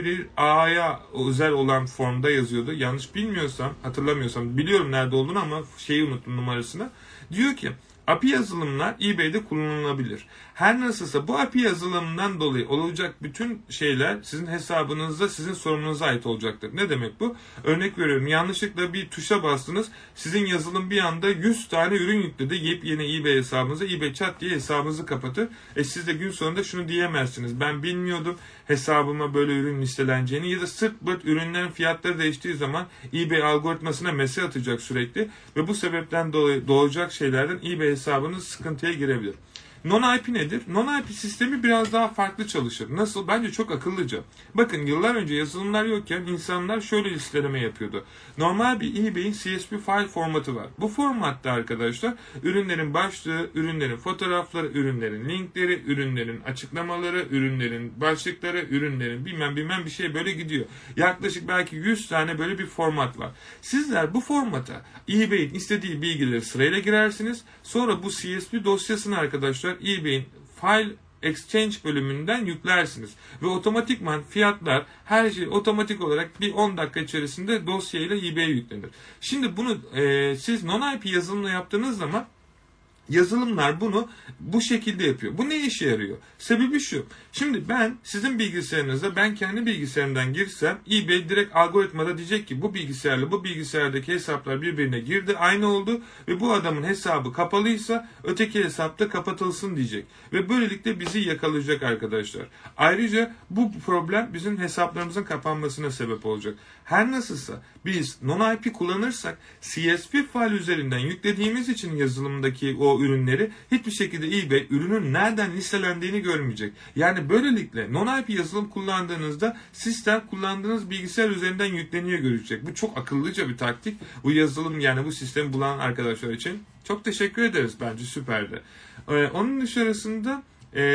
21A'ya özel olan formda yazıyordu. Yanlış hatırlamıyorsam biliyorum nerede olduğunu ama şeyi unuttum, numarasını. Diyor ki API yazılımlar eBay'de kullanılabilir. Her nasılsa bu API yazılımından dolayı olacak bütün şeyler sizin hesabınızda, sizin sorumluluğunuza ait olacaktır. Ne demek bu? Örnek veriyorum, yanlışlıkla bir tuşa bastınız, sizin yazılım bir anda 100 tane ürün yükledi yepyeni eBay hesabınıza, eBay çat diye hesabınızı kapatır. Siz de gün sonunda şunu diyemezsiniz: ben bilmiyordum hesabıma böyle ürün listeleneceğini, ya da sırf ürünlerin fiyatları değiştiği zaman eBay algoritmasına mesaj atacak sürekli ve bu sebepten dolayı doğacak şeylerden eBay hesabınız sıkıntıya girebilir. Non-IP nedir? Non-IP sistemi biraz daha farklı çalışır. Nasıl? Bence çok akıllıca. Bakın, yıllar önce yazılımlar yokken insanlar şöyle listeleme yapıyordu. Normal bir eBay'in CSV file formatı var. Bu formatta arkadaşlar ürünlerin başlığı, ürünlerin fotoğrafları, ürünlerin linkleri, ürünlerin açıklamaları, ürünlerin başlıkları, ürünlerin bilmem bir şey böyle gidiyor. Yaklaşık belki 100 tane böyle bir format var. Sizler bu formata eBay'in istediği bilgileri sırayla girersiniz. Sonra bu CSV dosyasını arkadaşlar eBay'in File Exchange bölümünden yüklersiniz. Ve otomatikman fiyatlar, her şey otomatik olarak bir 10 dakika içerisinde dosyayla eBay'e yüklenir. Şimdi bunu siz non-IP yazılımla yaptığınız zaman yazılımlar bunu bu şekilde yapıyor. Bu ne işe yarıyor? Sebebi şu. Şimdi ben sizin bilgisayarınıza, ben kendi bilgisayarımdan girsem eBay direkt algoritmada diyecek ki bu bilgisayarla bu bilgisayardaki hesaplar birbirine girdi, aynı oldu ve bu adamın hesabı kapalıysa öteki hesapta kapatılsın diyecek. Ve böylelikle bizi yakalayacak arkadaşlar. Ayrıca bu problem bizim hesaplarımızın kapanmasına sebep olacak. Her nasılsa biz non-IP kullanırsak CSV file üzerinden yüklediğimiz için yazılımdaki o ürünleri hiçbir şekilde eBay ürünün nereden listelendiğini görmeyecek. Yani böylelikle non-IP yazılım kullandığınızda sistem kullandığınız bilgisayar üzerinden yükleniyor görecek. Bu çok akıllıca bir taktik. Bu yazılım, yani bu sistemi bulan arkadaşlar için çok teşekkür ederiz. Bence süperdi. Onun dışarısında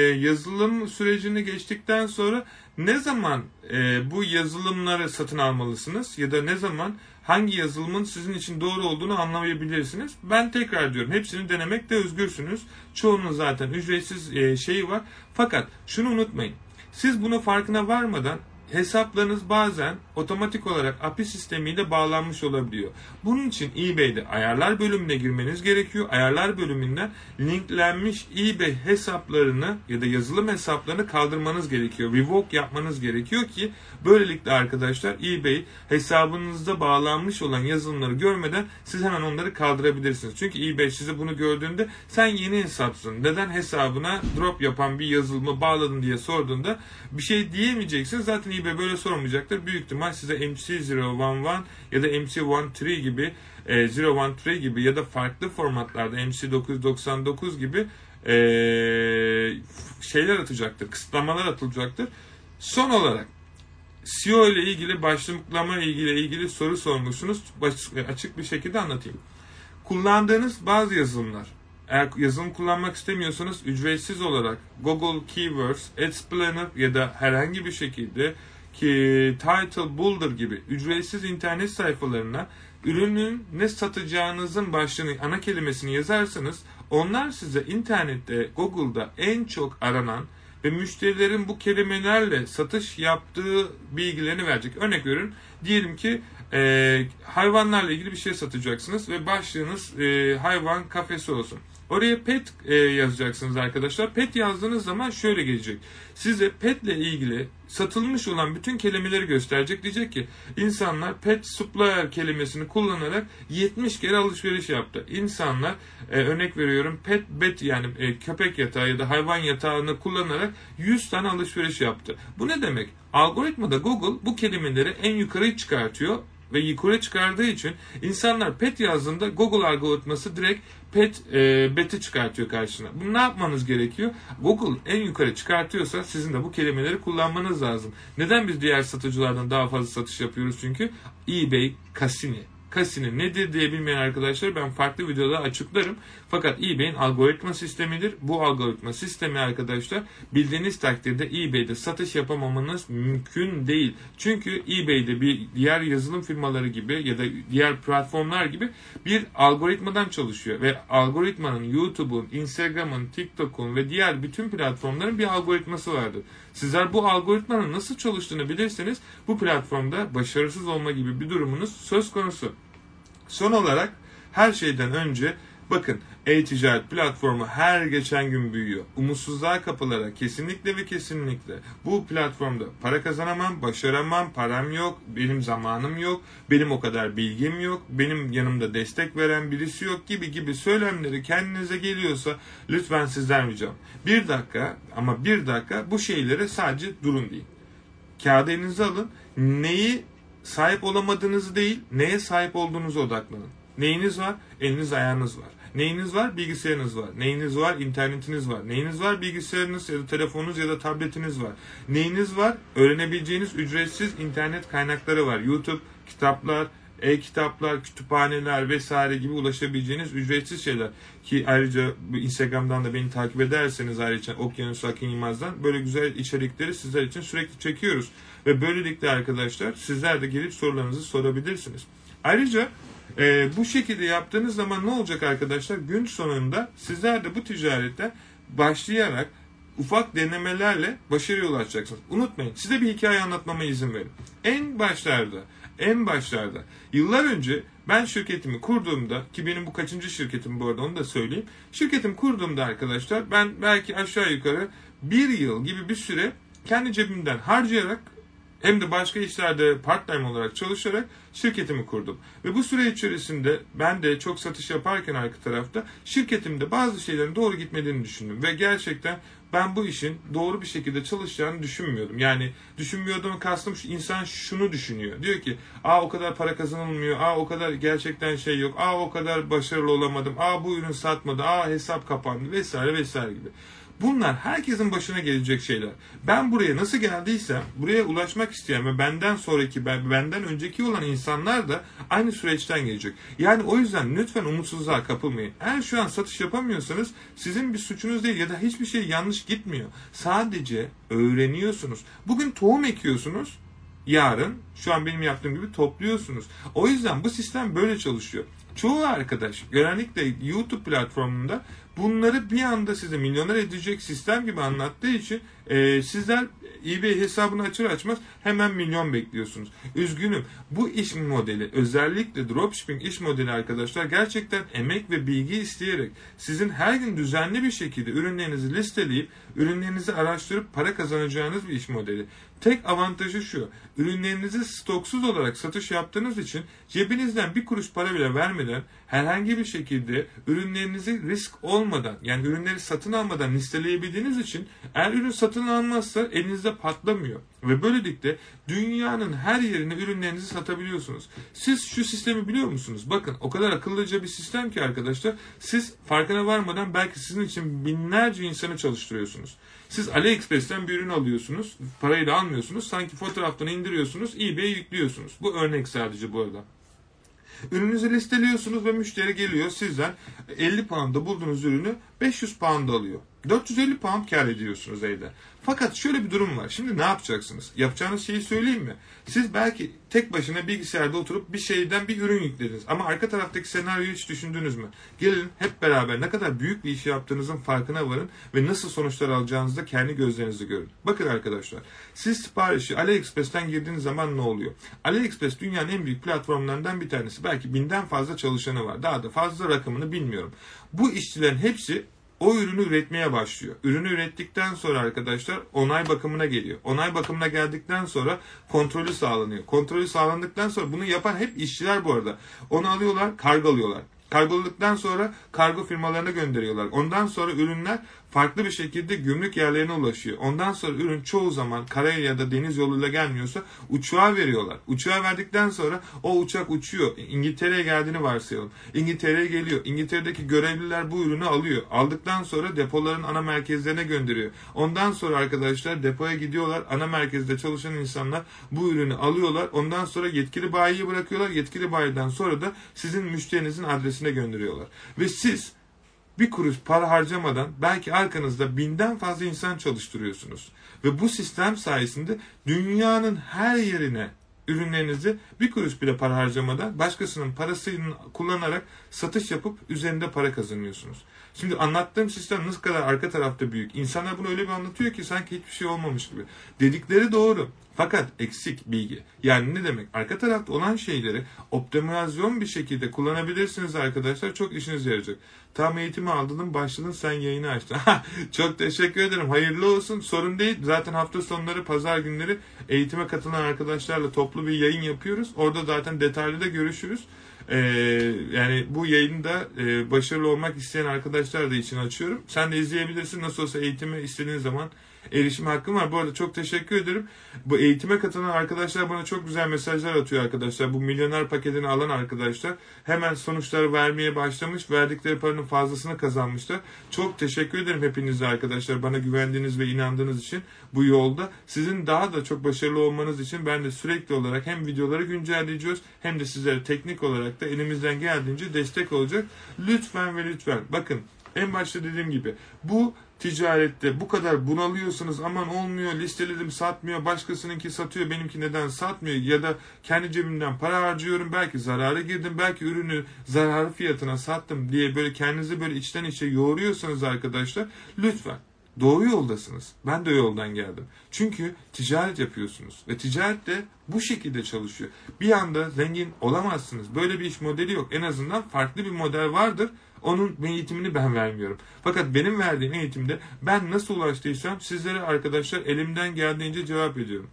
yazılım sürecini geçtikten sonra ne zaman bu yazılımları satın almalısınız ya da ne zaman hangi yazılımın sizin için doğru olduğunu anlayabilirsiniz. Ben tekrar diyorum, hepsini denemekte özgürsünüz. Çoğunun zaten ücretsiz şeyi var. Fakat şunu unutmayın. Siz bunun farkına varmadan hesaplarınız bazen otomatik olarak API sistemiyle bağlanmış olabiliyor. Bunun için eBay'de ayarlar bölümüne girmeniz gerekiyor. Ayarlar bölümünden linklenmiş eBay hesaplarını ya da yazılım hesaplarını kaldırmanız gerekiyor. Revoke yapmanız gerekiyor ki böylelikle arkadaşlar eBay hesabınızda bağlanmış olan yazılımları görmeden siz hemen onları kaldırabilirsiniz. Çünkü eBay size bunu gördüğünde sen yeni hesapsın, neden hesabına drop yapan bir yazılımı bağladın diye sorduğunda bir şey diyemeyeceksin. Zaten eBay böyle sormayacaktır. Büyük ihtimal size MC011 ya da MC13 gibi 013 gibi ya da farklı formatlarda MC999 gibi şeyler atacaktır. Kısıtlamalar atılacaktır. Son olarak SEO ile ilgili, başlıklama ilgili soru sormuşsunuz. Açık bir şekilde anlatayım. Kullandığınız bazı yazılımlar, eğer yazılım kullanmak istemiyorsanız ücretsiz olarak Google Keywords, Ads Planner ya da herhangi bir şekilde ki Title Builder gibi ücretsiz internet sayfalarına ürünün ne satacağınızın başlığını, ana kelimesini yazarsanız onlar size internette, Google'da en çok aranan ve müşterilerin bu kelimelerle satış yaptığı bilgilerini verecek. Örnek veriyorum. Diyelim ki hayvanlarla ilgili bir şey satacaksınız ve başlığınız hayvan kafesi olsun. Oraya pet yazacaksınız arkadaşlar. Pet yazdığınız zaman şöyle gelecek. Size petle ilgili satılmış olan bütün kelimeleri gösterecek. Diyecek ki insanlar pet supplier kelimesini kullanarak 70 kere alışveriş yaptı. İnsanlar örnek veriyorum pet bed yani köpek yatağı ya da hayvan yatağını kullanarak 100 tane alışveriş yaptı. Bu ne demek? Algoritmada Google bu kelimeleri en yukarı çıkartıyor. Ve yukarı çıkardığı için insanlar pet yazdığında Google algoritması direkt pet bet'i çıkartıyor karşına. Bunu ne yapmanız gerekiyor? Google en yukarı çıkartıyorsa sizin de bu kelimeleri kullanmanız lazım. Neden biz diğer satıcılardan daha fazla satış yapıyoruz? Çünkü eBay, Cassini. Cassini nedir diye bilmeyen arkadaşlar ben farklı videoda açıklarım. Fakat eBay'in algoritma sistemidir. Bu algoritma sistemi arkadaşlar bildiğiniz takdirde eBay'de satış yapamamanız mümkün değil. Çünkü eBay'de bir diğer yazılım firmaları gibi ya da diğer platformlar gibi bir algoritmadan çalışıyor. Ve algoritmanın YouTube'un, Instagram'ın, TikTok'un ve diğer bütün platformların bir algoritması vardır. Sizler bu algoritmanın nasıl çalıştığını bilirseniz bu platformda başarısız olma gibi bir durumunuz söz konusu. Son olarak her şeyden önce bakın e-ticaret platformu her geçen gün büyüyor. Umutsuzluğa kapılarak kesinlikle ve kesinlikle bu platformda para kazanamam, başaramam, param yok, benim zamanım yok, benim o kadar bilgim yok, benim yanımda destek veren birisi yok gibi söylemleri kendinize geliyorsa lütfen sizden ricam. Bir dakika bu şeylere sadece durun deyin. Kağıdı elinize alın. Neyi sahip olamadığınızı değil, neye sahip olduğunuza odaklanın. Neyiniz var? Eliniz ayağınız var. Neyiniz var? Bilgisayarınız var. Neyiniz var? İnternetiniz var. Neyiniz var? Bilgisayarınız ya da telefonunuz ya da tabletiniz var. Neyiniz var? Öğrenebileceğiniz ücretsiz internet kaynakları var. YouTube, kitaplar, e-kitaplar, kütüphaneler vesaire gibi ulaşabileceğiniz ücretsiz şeyler. Ki ayrıca Instagram'dan da beni takip ederseniz ayrıca Okyanus Akın Yılmaz'dan böyle güzel içerikleri sizler için sürekli çekiyoruz. Ve böylelikle arkadaşlar sizler de gelip sorularınızı sorabilirsiniz. Ayrıca bu şekilde yaptığınız zaman ne olacak arkadaşlar? Gün sonunda sizler de bu ticarette başlayarak ufak denemelerle başarıya ulaşacaksınız. Unutmayın, size bir hikaye anlatmama izin verin. En başlarda yıllar önce ben şirketimi kurduğumda ki benim bu kaçıncı şirketim bu arada onu da söyleyeyim. Şirketimi kurduğumda arkadaşlar ben belki aşağı yukarı 1 yıl gibi bir süre kendi cebimden harcayarak hem de başka işlerde part-time olarak çalışarak şirketimi kurdum. Ve bu süre içerisinde ben de çok satış yaparken arka tarafta şirketimde bazı şeylerin doğru gitmediğini düşündüm. Ve gerçekten ben bu işin doğru bir şekilde çalışacağını düşünmüyordum. Yani düşünmüyordum kastım insan şunu düşünüyor. Diyor ki o kadar para kazanılmıyor, o kadar gerçekten şey yok, o kadar başarılı olamadım, bu ürün satmadı, hesap kapandı vesaire gibi. Bunlar herkesin başına gelecek şeyler. Ben buraya nasıl geldiysem, buraya ulaşmak isteyen ve benden önceki olan insanlar da aynı süreçten gelecek. Yani o yüzden lütfen umutsuzluğa kapılmayın. Eğer şu an satış yapamıyorsanız sizin bir suçunuz değil ya da hiçbir şey yanlış gitmiyor. Sadece öğreniyorsunuz. Bugün tohum ekiyorsunuz. Yarın şu an benim yaptığım gibi topluyorsunuz. O yüzden bu sistem böyle çalışıyor. Çoğu arkadaş genellikle YouTube platformunda bunları bir anda size milyoner edecek sistem gibi anlattığı için sizler eBay hesabını açar açmaz hemen milyon bekliyorsunuz. Üzgünüm. Bu iş modeli özellikle dropshipping iş modeli arkadaşlar gerçekten emek ve bilgi isteyerek sizin her gün düzenli bir şekilde ürünlerinizi listeleyip ürünlerinizi araştırıp para kazanacağınız bir iş modeli. Tek avantajı şu. Ürünlerinizi stoksuz olarak satış yaptığınız için cebinizden bir kuruş para bile vermeden herhangi bir şekilde ürünlerinizi risk olmadan yani ürünleri satın almadan listeleyebildiğiniz için eğer ürün satın almazsa elinizde patlamıyor. Ve böylelikle dünyanın her yerine ürünlerinizi satabiliyorsunuz. Siz şu sistemi biliyor musunuz? Bakın o kadar akıllıca bir sistem ki arkadaşlar siz farkına varmadan belki sizin için binlerce insanı çalıştırıyorsunuz. Siz AliExpress'ten bir ürün alıyorsunuz, parayı da almıyorsunuz, sanki fotoğraftan indiriyorsunuz, eBay'e yüklüyorsunuz. Bu örnek sadece bu arada. Ürününüzü listeliyorsunuz ve müşteri geliyor sizden 50 pound'a bulduğunuz ürünü 500 pound'a alıyor. 450 pound kar ediyorsunuz evde. Fakat şöyle bir durum var. Şimdi ne yapacaksınız? Yapacağınız şeyi söyleyeyim mi? Siz belki tek başına bilgisayarda oturup bir şeyden bir ürün yüklediniz. Ama arka taraftaki senaryoyu hiç düşündünüz mü? Gelin hep beraber ne kadar büyük bir iş yaptığınızın farkına varın ve nasıl sonuçlar alacağınızı da kendi gözlerinizle görün. Bakın arkadaşlar, siz siparişi AliExpress'ten girdiğiniz zaman ne oluyor? AliExpress dünyanın en büyük platformlarından bir tanesi. Belki 1000'den fazla çalışanı var. Daha da fazla rakamını bilmiyorum. Bu işçilerin hepsi o ürünü üretmeye başlıyor. Ürünü ürettikten sonra arkadaşlar onay bakımına geliyor. Onay bakımına geldikten sonra kontrolü sağlanıyor. Kontrolü sağlandıktan sonra bunu yapan hep işçiler bu arada. Onu alıyorlar, kargolıyorlar. Kargoladıktan sonra kargo firmalarına gönderiyorlar. Ondan sonra ürünler farklı bir şekilde gümrük yerlerine ulaşıyor. Ondan sonra ürün çoğu zaman karaya ya da deniz yoluyla gelmiyorsa uçağa veriyorlar. Uçağa verdikten sonra o uçak uçuyor. İngiltere'ye geldiğini varsayalım. İngiltere'ye geliyor. İngiltere'deki görevliler bu ürünü alıyor. Aldıktan sonra depoların ana merkezlerine gönderiyor. Ondan sonra arkadaşlar depoya gidiyorlar. Ana merkezde çalışan insanlar bu ürünü alıyorlar. Ondan sonra yetkili bayiye bırakıyorlar. Yetkili bayiden sonra da sizin müşterinizin adresine gönderiyorlar. Ve siz bir kuruş para harcamadan belki arkanızda 1000'den fazla insan çalıştırıyorsunuz. Ve bu sistem sayesinde dünyanın her yerine ürünlerinizi bir kuruş bile para harcamadan başkasının parasını kullanarak satış yapıp üzerinde para kazanıyorsunuz. Şimdi anlattığım sistem nasıl kadar arka tarafta büyük. İnsanlar bunu öyle bir anlatıyor ki sanki hiçbir şey olmamış gibi. Dedikleri doğru. Fakat eksik bilgi. Yani ne demek? Arka tarafta olan şeyleri optimizasyon bir şekilde kullanabilirsiniz arkadaşlar. Çok işinize yarayacak. Tam eğitimi aldın, başladın, sen yayını açtın. Çok teşekkür ederim. Hayırlı olsun. Sorun değil. Zaten hafta sonları, pazar günleri eğitime katılan arkadaşlarla toplu bir yayın yapıyoruz. Orada zaten detaylı da görüşürüz. Yani bu yayını da başarılı olmak isteyen arkadaşlar da için açıyorum. Sen de izleyebilirsin. Nasıl olsa eğitime istediğin zaman erişim hakkım var. Bu arada çok teşekkür ederim. Bu eğitime katılan arkadaşlar bana çok güzel mesajlar atıyor arkadaşlar. Bu milyoner paketini alan arkadaşlar hemen sonuçları vermeye başlamış. Verdikleri paranın fazlasını kazanmışlar. Çok teşekkür ederim hepinize arkadaşlar. Bana güvendiğiniz ve inandığınız için bu yolda. Sizin daha da çok başarılı olmanız için ben de sürekli olarak hem videoları güncelleyeceğiz hem de sizlere teknik olarak da elimizden geldiğince destek olacak. Lütfen ve lütfen. Bakın en başta dediğim gibi bu ticarette bu kadar bunalıyorsunuz, aman olmuyor, listeledim satmıyor, başkasınınki satıyor, benimki neden satmıyor ya da kendi cebimden para harcıyorum, belki zarara girdim, belki ürünü zararı fiyatına sattım diye böyle kendinizi böyle içten içe yoğuruyorsanız arkadaşlar lütfen doğru yoldasınız. Ben de o yoldan geldim. Çünkü ticaret yapıyorsunuz ve ticaret de bu şekilde çalışıyor. Bir anda zengin olamazsınız. Böyle bir iş modeli yok. En azından farklı bir model vardır. Onun eğitimini ben vermiyorum. Fakat benim verdiğim eğitimde ben nasıl ulaştıysam sizlere arkadaşlar elimden geldiğince cevap ediyorum.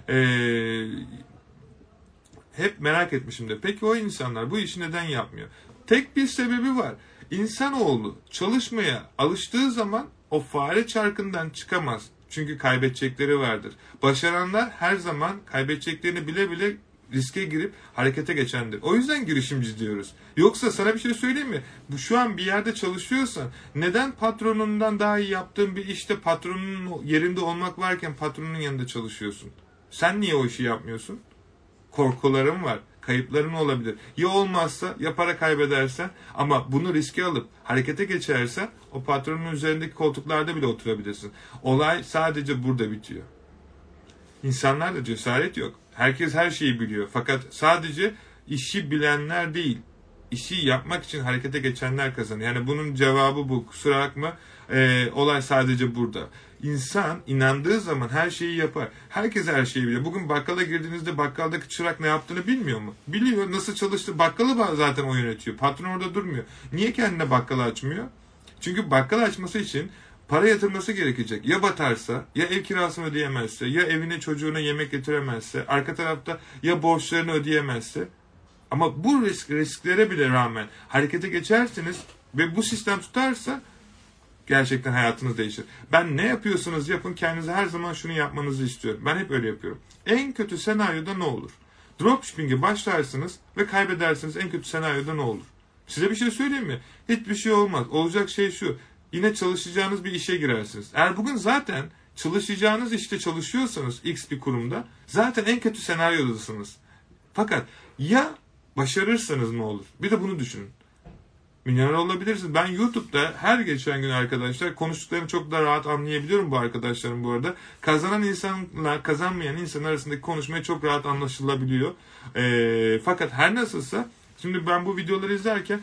Hep merak etmişimdir. Peki o insanlar bu işi neden yapmıyor? Tek bir sebebi var. İnsanoğlu çalışmaya alıştığı zaman o fare çarkından çıkamaz. Çünkü kaybedecekleri vardır. Başaranlar her zaman kaybedeceklerini bile bile riske girip harekete geçendir. O yüzden girişimci diyoruz. Yoksa sana bir şey söyleyeyim mi? Şu an bir yerde çalışıyorsan neden patronundan daha iyi yaptığın bir işte patronun yerinde olmak varken patronun yanında çalışıyorsun? Sen niye o işi yapmıyorsun? Korkularım var. Kayıpların olabilir. Ya olmazsa ya para kaybedersen ama bunu riske alıp harekete geçersen o patronun üzerindeki koltuklarda bile oturabilirsin. Olay sadece burada bitiyor. İnsanlarda cesaret yok. Herkes her şeyi biliyor. Fakat sadece işi bilenler değil, işi yapmak için harekete geçenler kazanıyor. Yani bunun cevabı bu. Kusura bakma. Olay sadece burada. İnsan inandığı zaman her şeyi yapar. Herkes her şeyi biliyor. Bugün bakkala girdiğinizde bakkaldaki çırak ne yaptığını bilmiyor mu? Biliyor. Nasıl çalıştı? Bakkalı zaten o yönetiyor. Patron orada durmuyor. Niye kendine bakkalı açmıyor? Çünkü bakkal açması için para yatırması gerekecek. Ya batarsa, ya ev kirasını ödeyemezse, ya evine çocuğuna yemek getiremezse, arka tarafta ya borçlarını ödeyemezse. Ama bu risklere bile rağmen harekete geçersiniz ve bu sistem tutarsa gerçekten hayatınız değişir. Ben ne yapıyorsanız yapın, kendinize her zaman şunu yapmanızı istiyorum. Ben hep öyle yapıyorum. En kötü senaryoda ne olur? Dropshipping'e başlarsınız ve kaybedersiniz. En kötü senaryoda ne olur? Size bir şey söyleyeyim mi? Hiçbir şey olmaz. Olacak şey şu. Yine çalışacağınız bir işe girersiniz. Eğer bugün zaten çalışacağınız işte çalışıyorsanız X bir kurumda zaten en kötü senaryodasınız. Fakat ya başarırsanız ne olur? Bir de bunu düşünün. Milyoner olabilirsiniz. Ben YouTube'da her geçen gün arkadaşlar konuştuklarını çok daha rahat anlayabiliyorum bu arkadaşlarım bu arada. Kazanan insanla kazanmayan insan arasındaki konuşmayı çok rahat anlaşılabiliyor. Fakat her nasılsa şimdi ben bu videoları izlerken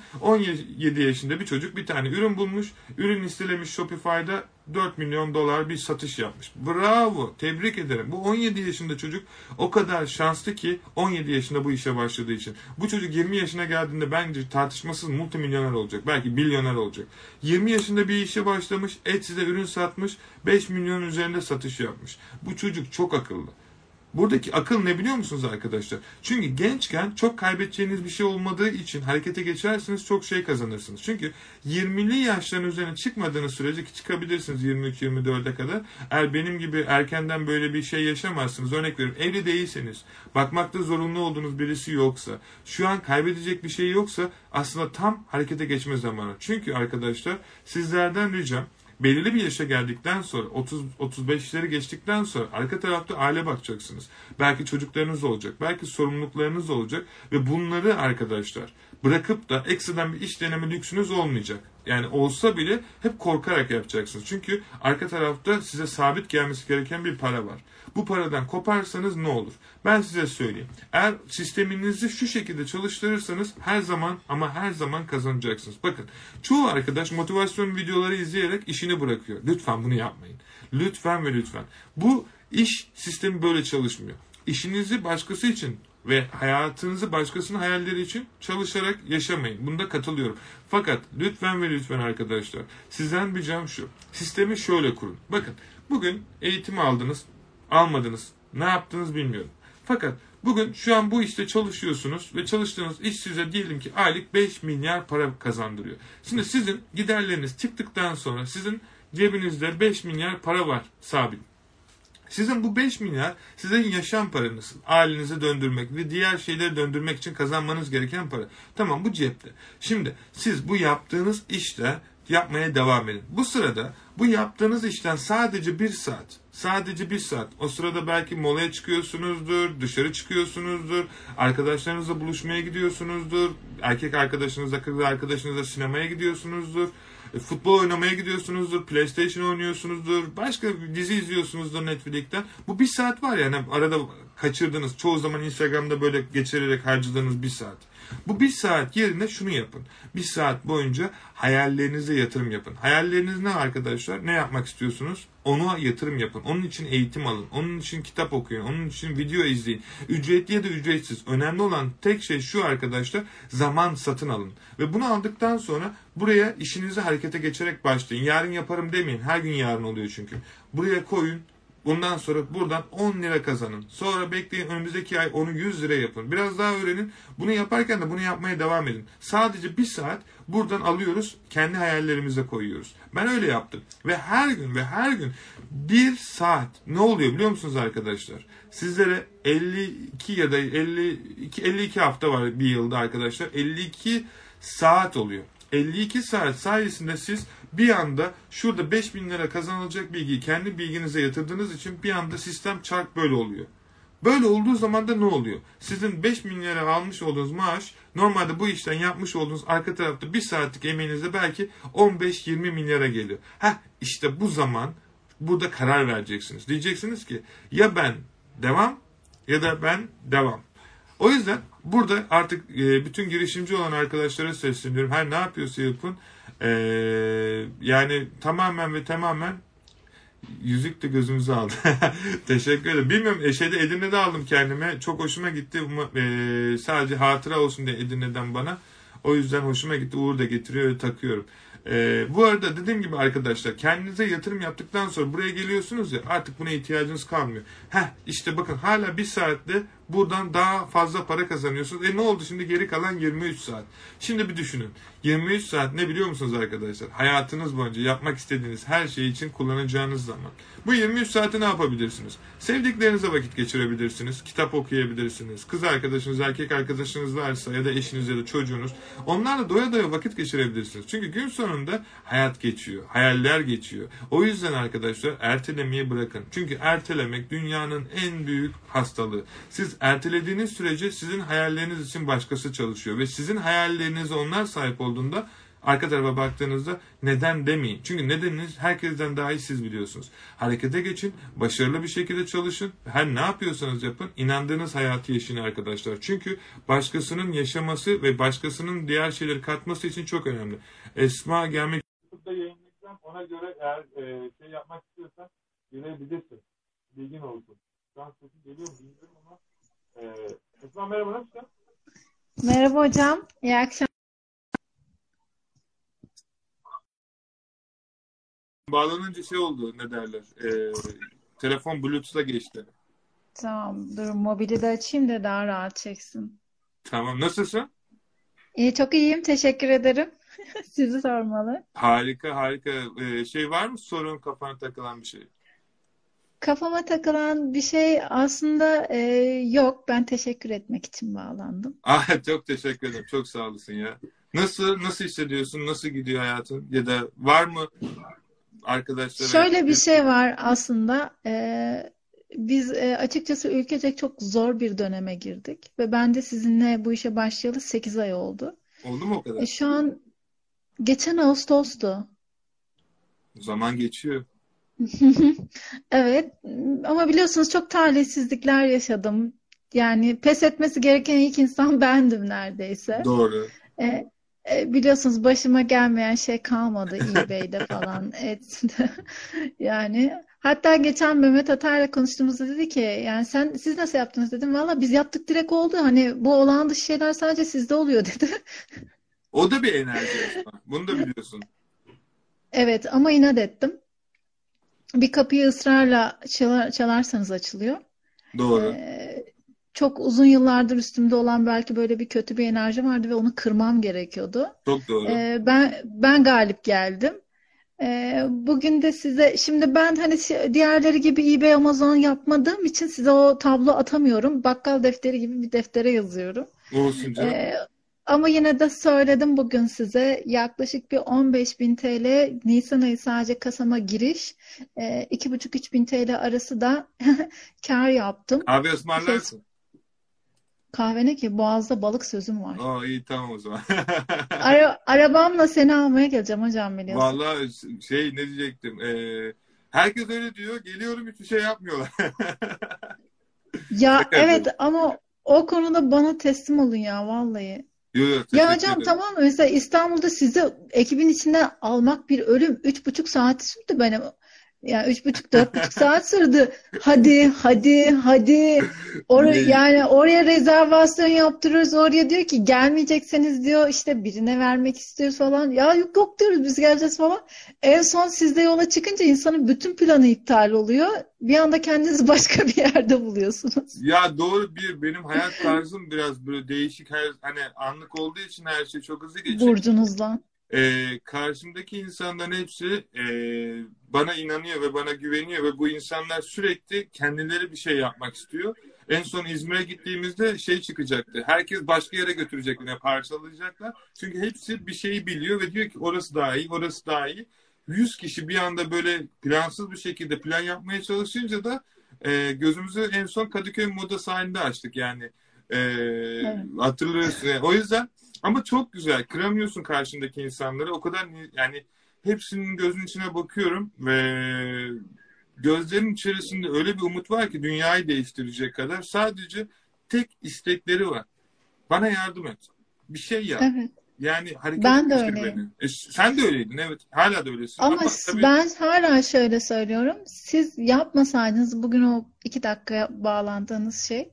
17 yaşında bir çocuk bir tane ürün bulmuş. Ürün listelemiş Shopify'da, 4 milyon dolar bir satış yapmış. Bravo, tebrik ederim. Bu 17 yaşında çocuk o kadar şanslı ki 17 yaşında bu işe başladığı için. Bu çocuk 20 yaşına geldiğinde bence tartışmasız multimilyoner olacak. Belki milyoner olacak. 20 yaşında bir işe başlamış, Etsy'de ürün satmış, 5 milyonun üzerinde satış yapmış. Bu çocuk çok akıllı. Buradaki akıl ne biliyor musunuz arkadaşlar? Çünkü gençken çok kaybedeceğiniz bir şey olmadığı için harekete geçersiniz, çok şey kazanırsınız. Çünkü 20'li yaşların üzerine çıkmadığınız sürece ki çıkabilirsiniz 23-24'e kadar. Eğer benim gibi erkenden böyle bir şey yaşamazsınız. Örnek veriyorum, evli değilseniz, bakmakta zorunlu olduğunuz birisi yoksa, şu an kaybedecek bir şey yoksa aslında tam harekete geçme zamanı. Çünkü arkadaşlar sizlerden ricam, belirli bir yaşa geldikten sonra 30-35'leri geçtikten sonra arka tarafta aile bakacaksınız. Belki çocuklarınız olacak. Belki sorumluluklarınız olacak. Ve bunları arkadaşlar bırakıp da ekstradan bir iş deneme lüksünüz olmayacak. Yani olsa bile hep korkarak yapacaksınız. Çünkü arka tarafta size sabit gelmesi gereken bir para var. Bu paradan koparsanız ne olur? Ben size söyleyeyim. Eğer sisteminizi şu şekilde çalıştırırsanız her zaman ama her zaman kazanacaksınız. Bakın, çoğu arkadaş motivasyon videoları izleyerek işini bırakıyor. Lütfen bunu yapmayın. Lütfen ve lütfen. Bu iş sistemi böyle çalışmıyor. İşinizi başkası için ve hayatınızı başkasının hayalleri için çalışarak yaşamayın. Bunda katılıyorum. Fakat lütfen ve lütfen arkadaşlar, sizden ricam şu. Sistemi şöyle kurun. Bakın, bugün eğitim aldınız, almadınız, ne yaptınız bilmiyorum. Fakat bugün şu an bu işte çalışıyorsunuz ve çalıştığınız iş size diyelim ki aylık 5 milyar para kazandırıyor. Şimdi sizin giderleriniz çıktıktan sonra sizin cebinizde 5 milyar para var sabit. Sizin bu 5 milyar sizin yaşam paranız, ailenizi döndürmek ve diğer şeyleri döndürmek için kazanmanız gereken para. Tamam, bu cepte. Şimdi siz bu yaptığınız işte yapmaya devam edin. Bu sırada bu yaptığınız işten sadece 1 saat, sadece 1 saat. O sırada belki molaya çıkıyorsunuzdur, dışarı çıkıyorsunuzdur, arkadaşlarınızla buluşmaya gidiyorsunuzdur, erkek arkadaşınızla, kız arkadaşınızla sinemaya gidiyorsunuzdur, futbol oynamaya gidiyorsunuzdur, PlayStation oynuyorsunuzdur, başka bir dizi izliyorsunuzdur Netflix'ten. Bu 1 saat var yani arada kaçırdığınız, çoğu zaman Instagram'da böyle geçirerek harcadığınız 1 saat. Bu 1 saat yerine şunu yapın. 1 saat boyunca hayallerinize yatırım yapın. Hayalleriniz ne arkadaşlar? Ne yapmak istiyorsunuz? Ona yatırım yapın. Onun için eğitim alın. Onun için kitap okuyun. Onun için video izleyin. Ücretli ya da ücretsiz. Önemli olan tek şey şu arkadaşlar. Zaman satın alın. Ve bunu aldıktan sonra buraya işinizi harekete geçerek başlayın. Yarın yaparım demeyin. Her gün yarın oluyor çünkü. Buraya koyun. Bundan sonra buradan 10 lira kazanın. Sonra bekleyin, önümüzdeki ay onu 100 lira yapın. Biraz daha öğrenin. Bunu yaparken de bunu yapmaya devam edin. Sadece 1 saat buradan alıyoruz, kendi hayallerimize koyuyoruz. Ben öyle yaptım. Ve her gün 1 saat ne oluyor biliyor musunuz arkadaşlar? Sizlere 52 ya da 52 hafta var bir yılda arkadaşlar. 52 saat oluyor. 52 saat sayesinde siz bir anda şurada 5.000 lira kazanılacak bilgiyi kendi bilginize yatırdığınız için bir anda sistem çark böyle oluyor. Böyle olduğu zaman da ne oluyor? Sizin 5.000 lira almış olduğunuz maaş normalde bu işten yapmış olduğunuz arka tarafta 1 saatlik emeğinizde belki 15-20 milyara geliyor. İşte bu zaman burada karar vereceksiniz. Diyeceksiniz ki ya ben devam ya da ben devam. O yüzden burada artık bütün girişimci olan arkadaşlara sesleniyorum. Her ne yapıyorsa yapın. Yani tamamen yüzük de gözümüzü aldı. Teşekkür ederim. Bilmiyorum, Edirne'de aldım kendime. Çok hoşuma gitti. Sadece hatıra olsun diye Edirne'den bana. O yüzden hoşuma gitti. Uğur da getiriyor ve takıyorum. Bu arada dediğim gibi arkadaşlar, kendinize yatırım yaptıktan sonra buraya geliyorsunuz ya, artık buna ihtiyacınız kalmıyor. İşte bakın, hala 1 saatte buradan daha fazla para kazanıyorsunuz. Ne oldu şimdi, geri kalan 23 saat. Şimdi bir düşünün. 23 saat ne biliyor musunuz arkadaşlar? Hayatınız boyunca yapmak istediğiniz her şey için kullanacağınız zaman. Bu 23 saati ne yapabilirsiniz? Sevdiklerinize vakit geçirebilirsiniz. Kitap okuyabilirsiniz. Kız arkadaşınız, erkek arkadaşınız varsa ya da eşiniz ya da çocuğunuz. Onlarla doya doya vakit geçirebilirsiniz. Çünkü gün sonunda hayat geçiyor. Hayaller geçiyor. O yüzden arkadaşlar ertelemeyi bırakın. Çünkü ertelemek dünyanın en büyük hastalığı. Siz ertelediğiniz sürece sizin hayalleriniz için başkası çalışıyor. Ve sizin hayallerinize onlar sahip olduğunda arka tarafa baktığınızda neden demeyin. Çünkü nedeniniz herkesten daha iyi siz biliyorsunuz. Harekete geçin, başarılı bir şekilde çalışın. Her ne yapıyorsanız yapın, inandığınız hayatı yaşayın arkadaşlar. Çünkü başkasının yaşaması ve başkasının diğer şeyleri katması için çok önemli. Esma gelmek YouTube'da yayınlayacağım. Ona göre eğer şey yapmak istiyorsan girebilirsin. Bilgin olsun. Şu an sesim geliyor mu bilmiyorum ama Esma merhaba, nasılsın? Merhaba hocam. İyi akşamlar. Bağlanınca şey oldu, ne derler? Telefon Bluetooth'a geçti. Tamam. Dur mobili de açayım da daha rahat çeksin. Tamam, nasılsın? İyi, çok iyiyim. Teşekkür ederim. Sizi sormalı. Harika harika. Şey var mı, sorun, kafana takılan bir şey? Kafama takılan bir şey aslında yok. Ben teşekkür etmek için bağlandım. Çok teşekkür ederim. Çok sağ olasın ya. Nasıl hissediyorsun? Nasıl gidiyor hayatın? Ya da var mı arkadaşlara? Şöyle bir şey var aslında. Biz açıkçası ülkecek çok zor bir döneme girdik. Ve ben de sizinle bu işe başlayalı 8 ay oldu. Oldu mu o kadar? Şu an geçen Ağustos'tu. Zaman geçiyor. Evet, ama biliyorsunuz çok talihsizlikler yaşadım. Yani pes etmesi gereken ilk insan bendim neredeyse. Doğru. E, Biliyorsunuz başıma gelmeyen şey kalmadı eBay'de falan. Yani hatta geçen Mehmet Atar'la konuştuğumuzda dedi ki yani siz nasıl yaptınız dedim. Valla biz yaptık direkt oldu. Hani bu olağan dışı şeyler sadece sizde oluyor dedi. O da bir enerji Esma. Bunu da biliyorsun. Evet ama inat ettim. Bir kapıyı ısrarla çalarsanız açılıyor. Doğru. Ee, Çok uzun yıllardır üstümde olan belki böyle bir kötü bir enerji vardı ve onu kırmam gerekiyordu. Çok doğru. Ben galip geldim. Bugün de size şimdi ben hani diğerleri gibi eBay Amazon yapmadığım için size o tablo atamıyorum. Bakkal defteri gibi bir deftere yazıyorum. Olsun canım. Ama yine de söyledim bugün size yaklaşık bir 15.000 TL Nisan ayı sadece kasama giriş, 2,5-3 bin TL arası da kar yaptım. Abi ısmarlarsın. Kahve ne ki? Boğaz'da balık sözüm var. İyi tamam o zaman. Arabamla seni almaya geleceğim hocam biliyorsun. Vallahi ne diyecektim. Herkes öyle diyor. Geliyorum, hiçbir şey yapmıyorlar. Ya Şaka evet yapıyorum. ama o konuda bana teslim olun ya vallahi. Yok, Ya teşekkür hocam ederim. tamam mı? Mesela İstanbul'da sizi ekibin içinden almak bir ölüm. 3,5 saati sürdü benim. Yani 3,5-4,5 saat sürdü. Hadi. Ne? Yani oraya rezervasyon yaptırıyoruz. Oraya diyor ki gelmeyecekseniz diyor işte birine vermek istiyoruz falan. Ya yok diyoruz biz geleceğiz falan. En son sizde yola çıkınca insanın bütün planı iptal oluyor. Bir anda kendinizi başka bir yerde buluyorsunuz. Ya doğru, benim hayat tarzım biraz böyle değişik, hani anlık olduğu için her şey çok hızlı geçiyor. Burcunuzdan. Karşımdaki insanların hepsi bana inanıyor ve bana güveniyor ve bu insanlar sürekli kendileri bir şey yapmak istiyor. En son İzmir'e gittiğimizde şey çıkacaktı. Herkes başka yere götürecek, yine parçalayacaklar. Çünkü hepsi bir şeyi biliyor ve diyor ki orası daha iyi, orası daha iyi. 100 kişi bir anda böyle plansız bir şekilde plan yapmaya çalışınca da gözümüzü en son Kadıköy Moda sahilinde açtık yani. Evet. Hatırlıyorsun. O yüzden ama çok güzel. Kıramıyorsun karşındaki insanları. O kadar yani hepsinin gözünün içine bakıyorum ve gözlerinin içerisinde öyle bir umut var ki dünyayı değiştirecek kadar. Sadece tek istekleri var. Bana yardım et. Bir şey yap. Evet. Yani harekete Ben de geçir beni. öyleyim. Sen de öyleydin, evet. Hala da öylesin. Ama Ama tabii ben hala şöyle söylüyorum. Siz yapmasaydınız bugün o 2 dakika bağlandığınız şey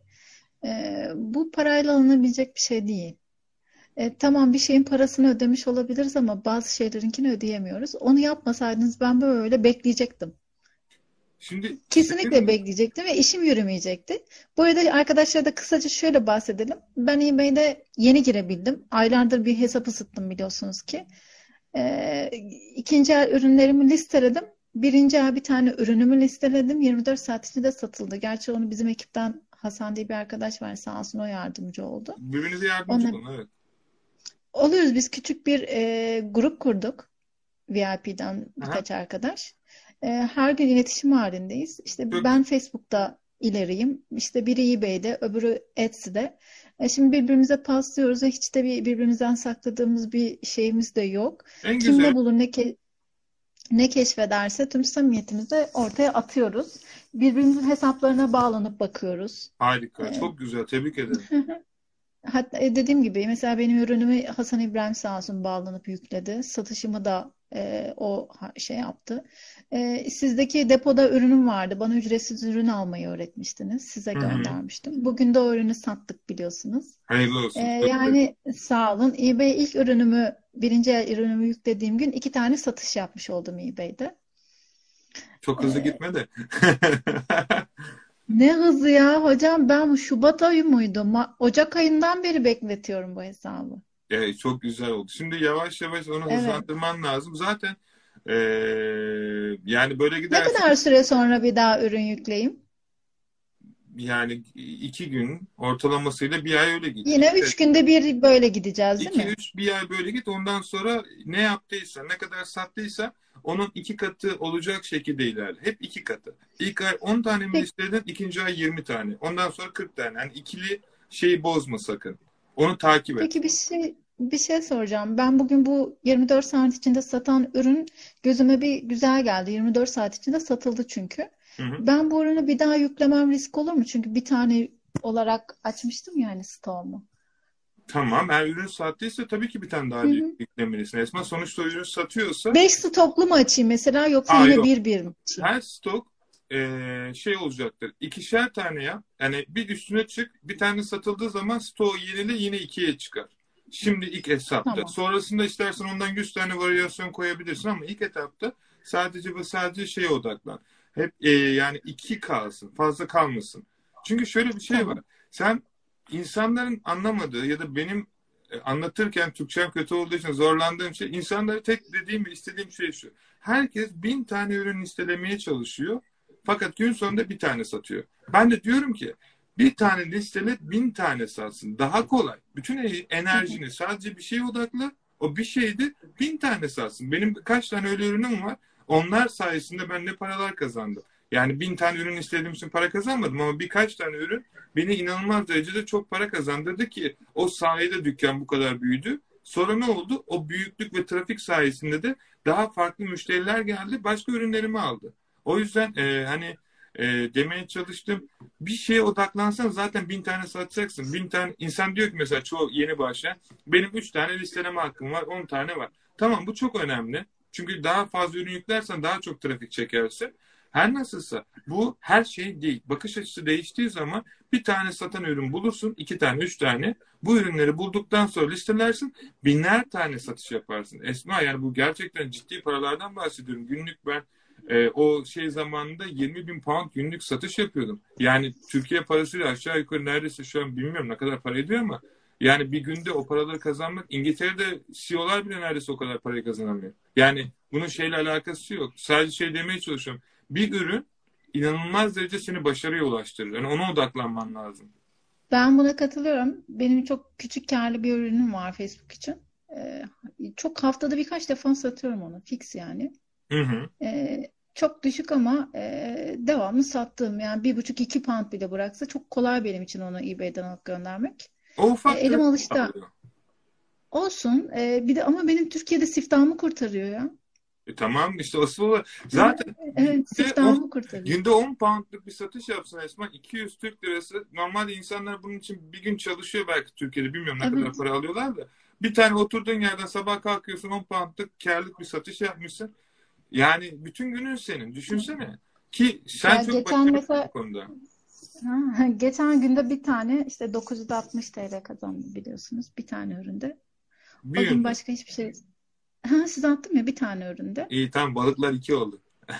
bu parayla alınabilecek bir şey değil. Tamam bir şeyin parasını ödemiş olabiliriz ama bazı şeylerinkini ödeyemiyoruz. Onu yapmasaydınız ben böyle bekleyecektim. şimdi Kesinlikle bekleyecektim ve işim yürümeyecekti. Bu arada arkadaşlara da kısaca şöyle bahsedelim. Ben eBay'de yeni girebildim. Aylardır bir hesap ısıttım biliyorsunuz ki. İkinci el ürünlerimi listeledim. Birinci el bir tane ürünümü listeledim. 24 saat içinde satıldı. Gerçi onu bizim ekipten Hasan diye bir arkadaş var. Sağ olsun o yardımcı oldu. birbirinize yardımcı Ona, olun, evet. oluyoruz biz küçük bir grup kurduk. VIP'den Aha, birkaç arkadaş. Her gün iletişim halindeyiz. İşte çok ben güzel. Facebook'ta ileriyim. İşte biri eBay'de, öbürü Etsy'de. Şimdi birbirimize paslıyoruz ve hiç de birbirimizden sakladığımız bir şeyimiz de yok. En Kim güzel. ne bulur ne keşfederse tüm samimiyetimizi ortaya atıyoruz. Birbirimizin hesaplarına bağlanıp bakıyoruz. Harika. E, Çok güzel. Tebrik ederim. Hatta dediğim gibi mesela benim ürünümü Hasan İbrahim sağ olsun bağlanıp yükledi. Satışımı da o şey yaptı. Sizdeki depoda ürünüm vardı. Bana ücretsiz ürün almayı öğretmiştiniz. Size Hı hı. göndermiştim. Bugün de o ürünü sattık biliyorsunuz. Hayırlı olsun. Yani sağ olun. eBay'e ilk ürünümü, birinci el ürünümü yüklediğim gün 2 tane satış yapmış oldum eBay'de. Çok hızlı E, gitme de. Ne hızı ya hocam, ben bu Şubat ayı mıydı? Ocak ayından beri bekletiyorum bu hesabı. Çok güzel oldu. Şimdi yavaş yavaş onu Evet. hızlandırman lazım. Zaten eee, yani böyle Ne giderse kadar süre sonra bir daha ürün yükleyeyim? yani 2 gün ortalamasıyla bir ay öyle git. Yine 3 günde bir böyle gideceğiz değil İki mi? üç bir ay böyle git. Ondan sonra ne yaptıysa, ne kadar sattıysa onun 2 katı olacak şekilde ilerle. Hep 2 katı. İlk ay 10 tane mi Peki, listeden, ikinci ay 20 tane. Ondan sonra 40 tane. Yani ikili şeyi bozma sakın. Onu takip et. peki, bir şey soracağım. Ben bugün bu 24 saat içinde satan ürün gözüme bir güzel geldi. 24 saat içinde satıldı çünkü. Hı hı. Ben bu ürünü bir daha yüklemem risk olur mu? Çünkü bir tane olarak açmıştım yani stoğumu. Tamam. Eğer ürün sattıysa tabii ki bir tane daha Hı hı. yüklemelisin. Esma sonuçta ürün satıyorsa 5 stoklu mu açayım mesela, yoksa yine yok. bir mi açayım? Her stok şey olacaktır. 2'şer tane yap. Yani bir üstüne çık. Bir tane satıldığı zaman stoğu yenile, yine 2'ye çıkar. Şimdi ilk etapta. Tamam. Sonrasında istersen ondan 100 tane varyasyon koyabilirsin ama ilk etapta sadece ve sadece şeye odaklan. Hep yani 2 kalsın. Fazla kalmasın. Çünkü şöyle bir şey var. Tamam. Sen insanların anlamadığı ya da benim anlatırken Türkçem kötü olduğu için zorlandığım şey, insanlara tek dediğim ve istediğim şey şu: herkes 1000 tane ürün listelemeye çalışıyor. Fakat gün sonunda bir tane satıyor. Ben de diyorum ki bir tane listele, 1000 tane satsın. Daha kolay. Bütün Hı hı. enerjini sadece bir şeye odakla. O bir şeydi, 1000 tane satsın. Benim kaç tane öyle ürünüm var. Onlar sayesinde ben ne paralar kazandım. Yani 1000 tane ürün istediğim için para kazanmadım ama birkaç tane ürün beni inanılmaz derecede çok para kazandırdı ki o sayede dükkan bu kadar büyüdü. Sonra ne oldu? O büyüklük ve trafik sayesinde de daha farklı müşteriler geldi. Başka ürünlerimi aldı. O yüzden hani demeye çalıştım. Bir şeye odaklansan zaten 1000 tane satacaksın. 1000 tane insan diyor ki mesela, çoğu yeni başlayan, benim 3 tane listeleme hakkım var, 10 tane var. Tamam, bu çok önemli. Çünkü daha fazla ürün yüklersen daha çok trafik çekersin. Her nasılsa bu her şey değil. Bakış açısı değiştiği zaman bir tane satan ürün bulursun, 2 tane, 3 tane. Bu ürünleri bulduktan sonra listelersin, binler tane satış yaparsın. Esma, yani bu gerçekten ciddi paralardan bahsediyorum. Günlük ben o şey zamanında 20 bin pound günlük satış yapıyordum. Yani Türkiye parasıyla aşağı yukarı neredeyse, şu an bilmiyorum ne kadar para ediyor ama yani bir günde o paraları kazanmak, İngiltere'de CEO'lar bile neredeyse o kadar parayı kazanamıyor. Yani bunun şeyle alakası yok. Sadece şey demeye çalışıyorum. Bir ürün inanılmaz derece seni başarıya ulaştırır. Yani ona odaklanman lazım. Ben buna katılıyorum. Benim çok küçük karlı bir ürünüm var Facebook için. Ee, Çok haftada birkaç defa satıyorum onu. Fix yani. Hı hı. Çok düşük ama devamlı sattığım, yani 1,5-2 pound bile bıraksa çok kolay benim için onu eBay'den alıp göndermek. O ufak Elim trafik alıştı. alıyor. Olsun. Bir de ama benim Türkiye'de siftahımı kurtarıyor ya. Tamam işte, asıl olarak zaten Evet, günde 10, siftahımı kurtarıyor. günde 10 poundluk bir satış yapsın Esma, 200 Türk lirası. Normalde insanlar bunun için bir gün çalışıyor belki Türkiye'de, bilmiyorum ne kadar Evet. para alıyorlar da. Bir tane oturduğun yerden sabah kalkıyorsun, 10 poundluk kârlık bir satış yapmışsın. Yani bütün günün senin. Düşünsene. Ki sen Ya çok geçen başarılısın bu mesela konuda. geçen günde bir tane işte 960 TL kazandım biliyorsunuz. Bir tane üründe. O Bir gün ürün. başka hiçbir şey. Ha, size attım ya bir tane üründe. İyi, tamam, balıklar iki oldu.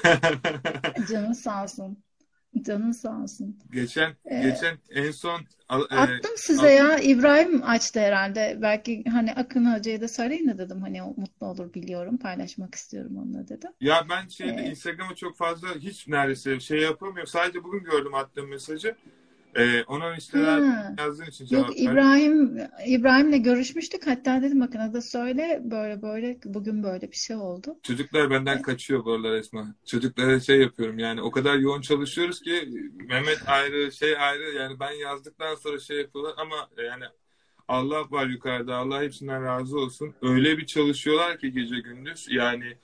Canın sağ olsun. Canın sağ olsun. Geçen Ee, geçen en son Attım size al- ya. İbrahim açtı herhalde. Belki hani Akın Hoca'ya da söyleyeyim de dedim. Hani o mutlu olur biliyorum. Paylaşmak istiyorum onunla dedim. ya ben şeyde Ee, Instagram'a çok fazla hiç neredeyse şey yapamıyorum. Sadece bugün gördüm attığım mesajı. Ona listeler Ha. yazdığın için Yok, cevap ver. İbrahim'le görüşmüştük. Hatta dedim bakın ada söyle böyle böyle bugün böyle bir şey oldu. Çocuklar benden kaçıyor bu aralar Esma. Çocuklara şey yapıyorum yani o kadar yoğun çalışıyoruz ki Mehmet ayrı şey ayrı yani ben yazdıktan sonra şey yapıyorlar ama yani Allah var yukarıda Allah hepsinden razı olsun. Öyle bir çalışıyorlar ki gece gündüz yani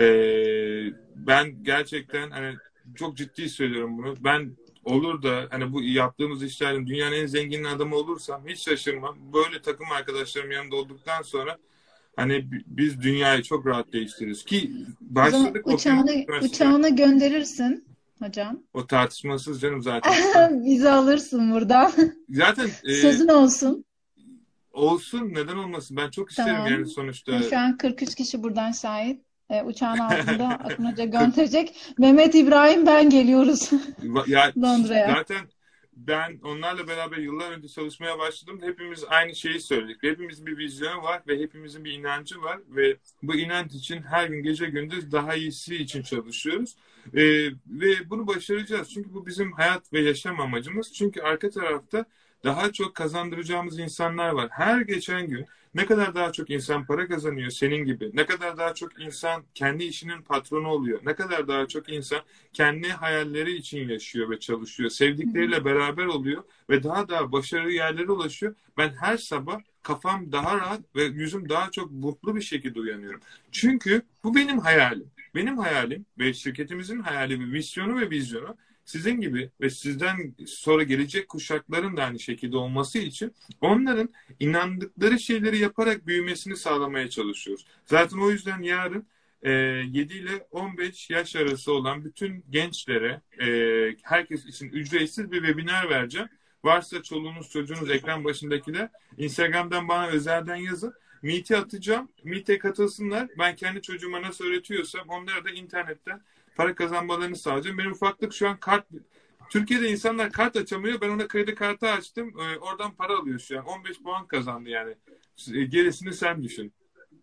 ben gerçekten hani çok ciddi söylüyorum bunu. Ben olur da hani bu yaptığımız işlerin dünyanın en zengin adamı olursam hiç şaşırmam. Böyle takım arkadaşlarım yanımda olduktan sonra hani biz dünyayı çok rahat değiştiririz ki O zaman başladık okyanus üniversiteler. uçağını gönderirsin hocam. O tartışmasız canım zaten. Bizi alırsın buradan. Zaten Sözün olsun. olsun neden olmasın ben çok isterim Tamam. yani sonuçta Şu an 43 kişi buradan şahit. Uçağın altında Akın Hoca gönderecek. Mehmet İbrahim ben geliyoruz ya Londra'ya. zaten ben onlarla beraber yıllar önce çalışmaya başladım. Hepimiz aynı şeyi söyledik. Hepimizin bir vizyonu var ve hepimizin bir inancı var ve bu inanç için her gün gece gündüz daha iyisi için çalışıyoruz. Ve bunu başaracağız. Çünkü bu bizim hayat ve yaşam amacımız. Çünkü arka tarafta daha çok kazandıracağımız insanlar var. Her geçen gün ne kadar daha çok insan para kazanıyor senin gibi, ne kadar daha çok insan kendi işinin patronu oluyor, ne kadar daha çok insan kendi hayalleri için yaşıyor ve çalışıyor, sevdikleriyle beraber oluyor ve daha başarılı yerlere ulaşıyor. Ben her sabah kafam daha rahat ve yüzüm daha çok mutlu bir şekilde uyanıyorum. Çünkü bu benim hayalim. Benim hayalim ve şirketimizin hayali ve misyonu ve vizyonu sizin gibi ve sizden sonra gelecek kuşakların da aynı şekilde olması için onların inandıkları şeyleri yaparak büyümesini sağlamaya çalışıyoruz. Zaten o yüzden yarın 7 ile 15 yaş arası olan bütün gençlere herkes için ücretsiz bir webinar vereceğim. Varsa çoluğunuz çocuğunuz ekran başındakiler Instagram'dan bana özelden yazın. Meet'e atacağım. Meet'e katılsınlar. Ben kendi çocuğuma nasıl öğretiyorsam onlara da internetten para kazanmalarını sağlayacağım. Benim ufaklık şu an kart. Türkiye'de insanlar kart açamıyor. Ben ona kredi kartı açtım. Oradan para alıyor şu an. 15 puan kazandı yani. Gerisini sen düşün.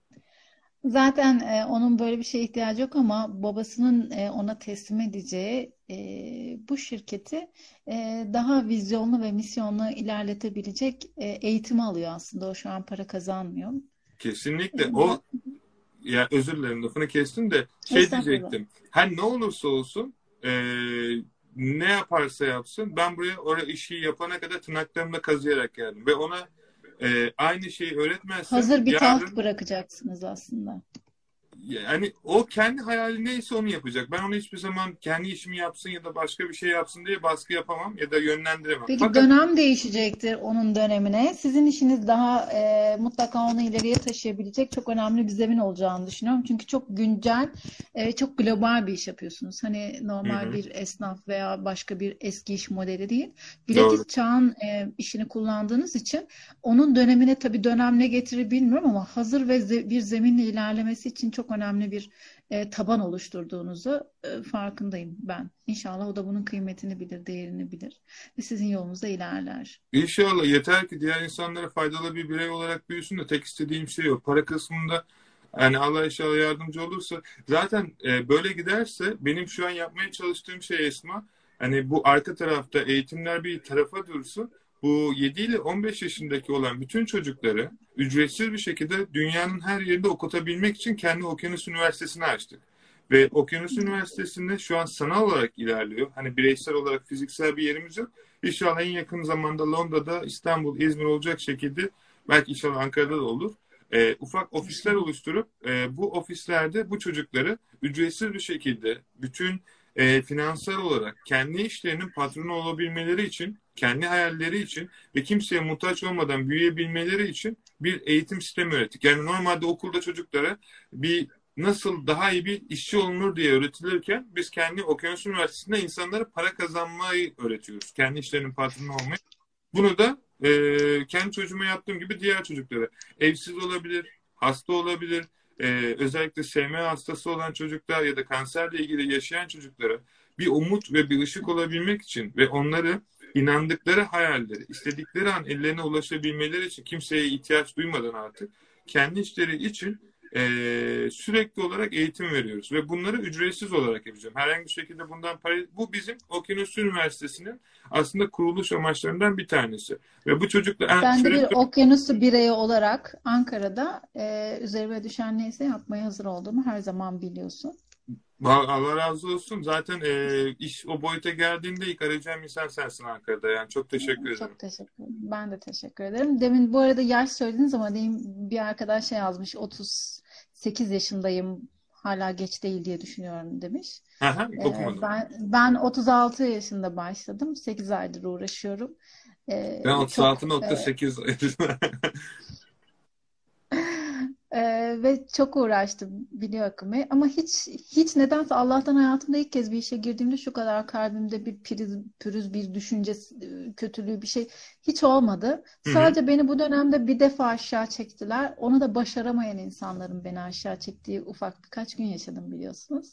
Zaten onun böyle bir şeye ihtiyacı yok ama babasının ona teslim edeceği bu şirketi daha vizyonlu ve misyonlu ilerletebilecek eğitimi alıyor aslında. O şu an para kazanmıyor. Kesinlikle. Biraz Ya özür dilerim lafını kestim de estağfurullah. diyecektim. Her ne olursa olsun ne yaparsa yapsın ben oraya işi yapana kadar tırnaklarımla kazıyarak geldim. Ve ona aynı şeyi öğretmezsem Hazır bir taht yarın bırakacaksınız aslında. yani o kendi hayali neyse onu yapacak. Ben onu hiçbir zaman kendi işimi yapsın ya da başka bir şey yapsın diye baskı yapamam ya da yönlendiremem. Peki Fakat dönem değişecektir onun dönemine. Sizin işiniz daha mutlaka onu ileriye taşıyabilecek çok önemli bir zemin olacağını düşünüyorum. Çünkü çok güncel, çok global bir iş yapıyorsunuz. Hani hı normal hı, bir esnaf veya başka bir eski iş modeli değil. doğru. Bilakis çağın işini kullandığınız için onun dönemine tabii dönem ne getirir bilmiyorum ama hazır ve bir zeminle ilerlemesi için çok önemli bir taban oluşturduğunuzu farkındayım ben. İnşallah o da bunun kıymetini bilir, değerini bilir ve sizin yolunuzda ilerler. İnşallah yeter ki diğer insanlara faydalı bir birey olarak büyüsün de tek istediğim şey o. Para kısmında yani Allah inşallah yardımcı olursa zaten böyle giderse benim şu an yapmaya çalıştığım şey Esma hani bu arka tarafta eğitimler bir tarafa dursun. Bu 7 ile 15 yaşındaki olan bütün çocukları ücretsiz bir şekilde dünyanın her yerinde okutabilmek için kendi Okyanus Üniversitesi'ni açtık. Ve Okyanus Üniversitesi'nde şu an sanal olarak ilerliyor. Hani bireysel olarak fiziksel bir yerimiz yok. İnşallah en yakın zamanda Londra'da, İstanbul, İzmir olacak şekilde belki inşallah Ankara'da da olur. Ufak ofisler İnşallah. oluşturup bu ofislerde bu çocukları ücretsiz bir şekilde bütün finansal olarak kendi işlerinin patronu olabilmeleri için, kendi hayalleri için ve kimseye muhtaç olmadan büyüyebilmeleri için bir eğitim sistemi öğrettik. Yani normalde okulda çocuklara nasıl daha iyi bir işçi olunur diye öğretilirken biz kendi Okyanus Üniversitesi'nde insanlara para kazanmayı öğretiyoruz. Kendi işlerinin patronu olmayı. Bunu da kendi çocuğuma yaptığım gibi diğer çocuklara. Evsiz olabilir, hasta olabilir, özellikle SMA hastası olan çocuklar ya da kanserle ilgili yaşayan çocuklara bir umut ve bir ışık olabilmek için ve onları inandıkları hayalleri, istedikleri an ellerine ulaşabilmeleri için kimseye ihtiyaç duymadan artık kendi işleri için sürekli olarak eğitim veriyoruz ve bunları ücretsiz olarak yapacağım. Herhangi bir şekilde bundan para... Bu bizim Okyanus Üniversitesi'nin aslında kuruluş amaçlarından bir tanesi. Ve bu çocuklar Ben de bir sürekli okyanusu bireyi olarak Ankara'da üzerime düşen neyse yapmaya hazır olduğumu her zaman biliyorsun. Allah razı olsun. Zaten iş o boyuta geldiğinde ilk arayacağım insan sensin Ankara'da. Yani çok teşekkür ederim. Çok teşekkür ederim. Ben de teşekkür ederim. Demin bu arada yaş söylediniz ama demin bir arkadaş şey yazmış. 38 yaşındayım. Hala geç değil diye düşünüyorum demiş. Aha, okumadım. Ben 36 yaşında başladım. 8 aydır uğraşıyorum. Ben Çok 36.8 ve çok uğraştım biliyor akımı ama hiç nedense Allah'tan hayatımda ilk kez bir işe girdiğimde şu kadar kalbimde bir pürüz bir düşünce kötülüğü bir şey hiç olmadı. Hı hı. Sadece beni bu dönemde bir defa aşağı çektiler. Onu da başaramayan insanların beni aşağı çektiği ufak birkaç gün yaşadım biliyorsunuz.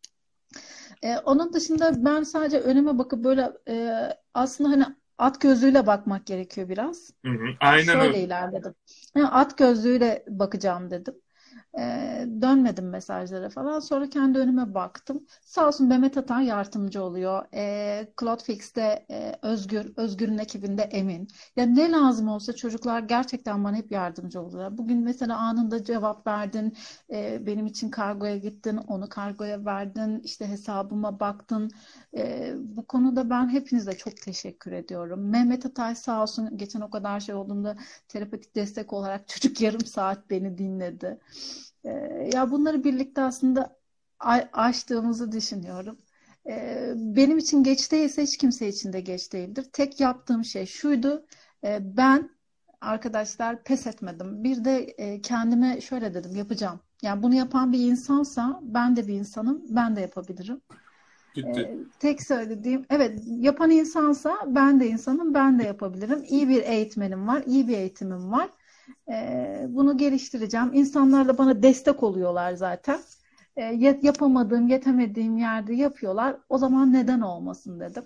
Onun dışında ben sadece önüme bakıp böyle aslında hani at gözlüğüyle bakmak gerekiyor biraz. Hı hı. Aynen Şöyle öyle. ilerledim. Yani at gözlüğüyle bakacağım dedim. Dönmedim mesajlara falan. Sonra kendi önüme baktım. Sağ olsun Mehmet Atar yardımcı oluyor. Cloudfix'te Özgür'ün ekibinde Emin. Ya ne lazım olsa çocuklar gerçekten bana hep yardımcı oluyorlar. Bugün mesela anında cevap verdin. Benim için kargoya gittin. Onu kargoya verdin. İşte hesabıma baktın. Bu konuda ben hepinize çok teşekkür ediyorum. Mehmet Atay sağ olsun geçen o kadar şey olduğunda terapetik destek olarak çocuk yarım saat beni dinledi. Ya bunları birlikte aslında aştığımızı düşünüyorum. Benim için geç değilse hiç kimse için de geç değildir. Tek yaptığım şey şuydu. Ben arkadaşlar pes etmedim. Bir de kendime şöyle dedim yapacağım. Yani bunu yapan bir insansa ben de bir insanım. Ben de yapabilirim. Gitti. Tek söylediğim, evet yapan insansa ben de insanım, ben de yapabilirim. İyi bir eğitmenim var, iyi bir eğitimim var. Bunu geliştireceğim. İnsanlar da bana destek oluyorlar zaten. Yapamadığım, yetemediğim yerde yapıyorlar. O zaman neden olmasın dedim.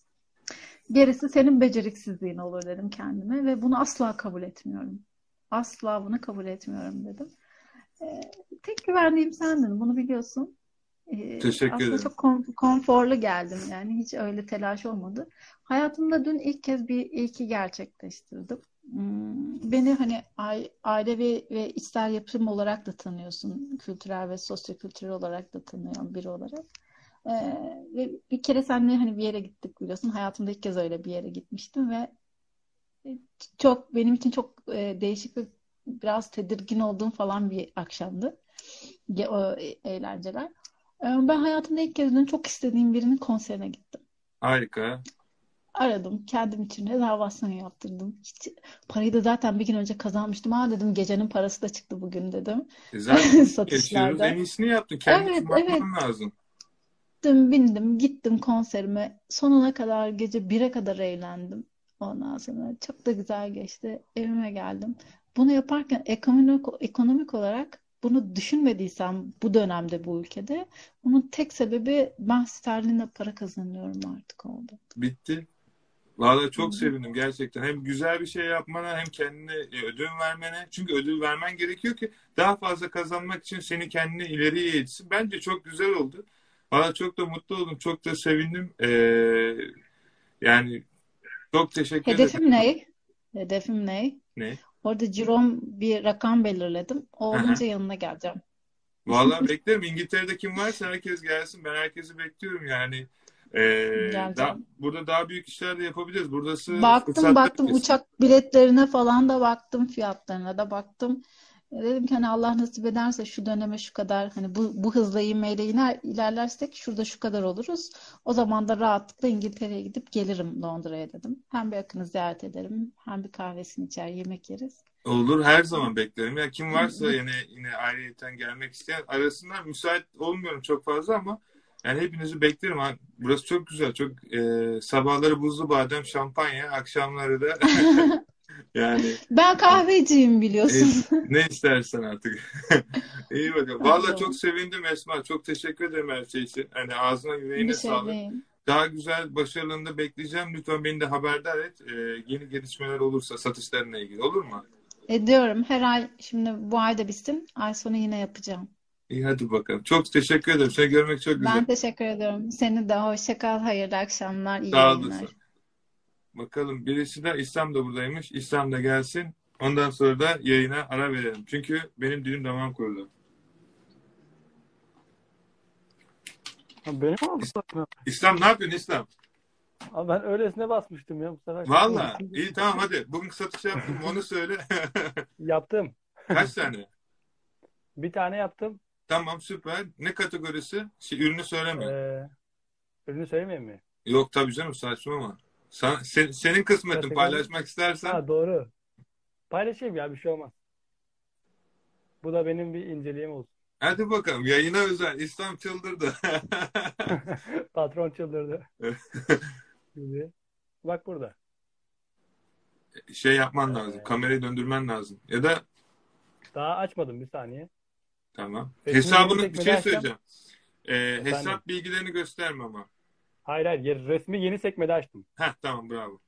Gerisi senin beceriksizliğin olur dedim kendime ve bunu asla kabul etmiyorum. Asla bunu kabul etmiyorum dedim. Tek güvendiğim sendin, bunu biliyorsun. Teşekkür Aslında ederim. çok konforlu geldim yani hiç öyle telaş olmadı. Hayatımda dün ilk kez bir ilki gerçekleştirdim. Beni hani ailevi ve içsel yapım olarak da tanıyorsun. Kültürel ve sosyokültürel olarak da tanıyan biri olarak. Ve bir kere seninle hani bir yere gittik biliyorsun. Hayatımda ilk kez öyle bir yere gitmiştim ve çok benim için çok değişik ve biraz tedirgin olduğum falan bir akşamdı. O eğlenceler. Ben hayatımda ilk kez dün çok istediğim birinin konserine gittim. Harika. Aradım. Kendim için rezervasyon yaptırdım. Hiç, parayı da zaten bir gün önce kazanmıştım. Dedim gecenin parası da çıktı bugün dedim. Zaten yaşıyoruz. En Satışlarda. iyisini yaptın. Kendi Evet, için evet. bakman lazım. Bindim, gittim konserime. Sonuna kadar gece 1'e kadar eğlendim. Ondan sonra çok da güzel geçti. Evime geldim. Bunu yaparken ekonomik olarak bunu düşünmediysem bu dönemde bu ülkede bunun tek sebebi ben sterlinle para kazanıyorum artık oldu. Bitti. Vallahi Hı çok hı. sevindim gerçekten. Hem güzel bir şey yapmana hem kendine ödül vermene. Çünkü ödül vermen gerekiyor ki daha fazla kazanmak için seni kendine ileriye itsin. Bence çok güzel oldu. Vallahi çok da mutlu oldum. Çok da sevindim. Yani çok teşekkür ederim. Hedefim ne? Hedefim ne? Ne? Orada cirom bir rakam belirledim. O Aha. olunca yanına geleceğim. Vallahi beklerim. İngiltere'de kim varsa herkes gelsin. Ben herkesi bekliyorum yani. Geleceğim. Burada daha büyük işler de yapabiliriz. Buradası fırsatlar Baktım kesin. uçak biletlerine falan da baktım fiyatlarına da baktım. Dedim ki hani Allah nasip ederse şu döneme şu kadar hani bu hızla ivmeyle ilerlersek şurada şu kadar oluruz. O zaman da rahatlıkla İngiltere'ye gidip gelirim Londra'ya dedim. Hem bir Akın'ı ziyaret ederim hem bir kahvesini içer yemek yeriz. Olur her zaman beklerim. Ya kim varsa yine ayrıyeten gelmek isteyen arasınlar. Müsait olmuyorum çok fazla ama yani hepinizi beklerim. Burası çok güzel. Çok sabahları buzlu badem, şampanya, akşamları da yani Ben kahveciyim biliyorsun. ne istersen artık. İyi bakalım. Her Vallahi çok zaman. sevindim Esma. Çok teşekkür ederim her şey için. Hani ağzına Bir yüreğine şey sağlık. değil. Daha güzel başarılarını bekleyeceğim. Lütfen beni de haberdar et. Yeni gelişmeler olursa satışlarına ilgili olur mu? Ediyorum. Her ay, şimdi bu ay da bitsin. Ay sonu yine yapacağım. İyi hadi bakalım. Çok teşekkür ederim. Seni görmek çok güzel. Ben teşekkür ediyorum. Seni de hoşça kal. Hayırlı akşamlar, iyi Sağ yayınlar. olasın. Bakalım birisi de İslam da buradaymış. İslam da gelsin. Ondan sonra da yayına ara verelim. Çünkü benim dilim damağım kurudu. Ha, benim mi oldu? İslam ne yapıyorsun İslam? Abi ben öylesine basmıştım ya bu sefer. Valla. İyi tamam hadi. Bugün satış yaptım mı onu söyle. Yaptım. Kaç tane? Bir tane yaptım. Tamam süper. Ne kategorisi? Ürünü söyleme. Ürünü söylemeyeyim mi? Yok tabii canım saçmalama. Senin kısmetin Kategori. paylaşmak istersen. Ha doğru. Paylaşayım ya, bir şey olmaz. Bu da benim bir inceliğim olsun. Hadi bakalım yayına özel. İslam çıldırdı. Patron çıldırdı. Gibi. Bak burada. Şey yapman lazım. Kamerayı döndürmen lazım. Ya da Daha açmadım, bir saniye. tamam. Resmi Hesabını yeni bir şey sekmede söyleyeceğim. Efendim? Hesap bilgilerini gösterme ama. Hayır hayır. Resmi yeni sekmede açtım. Heh tamam bravo.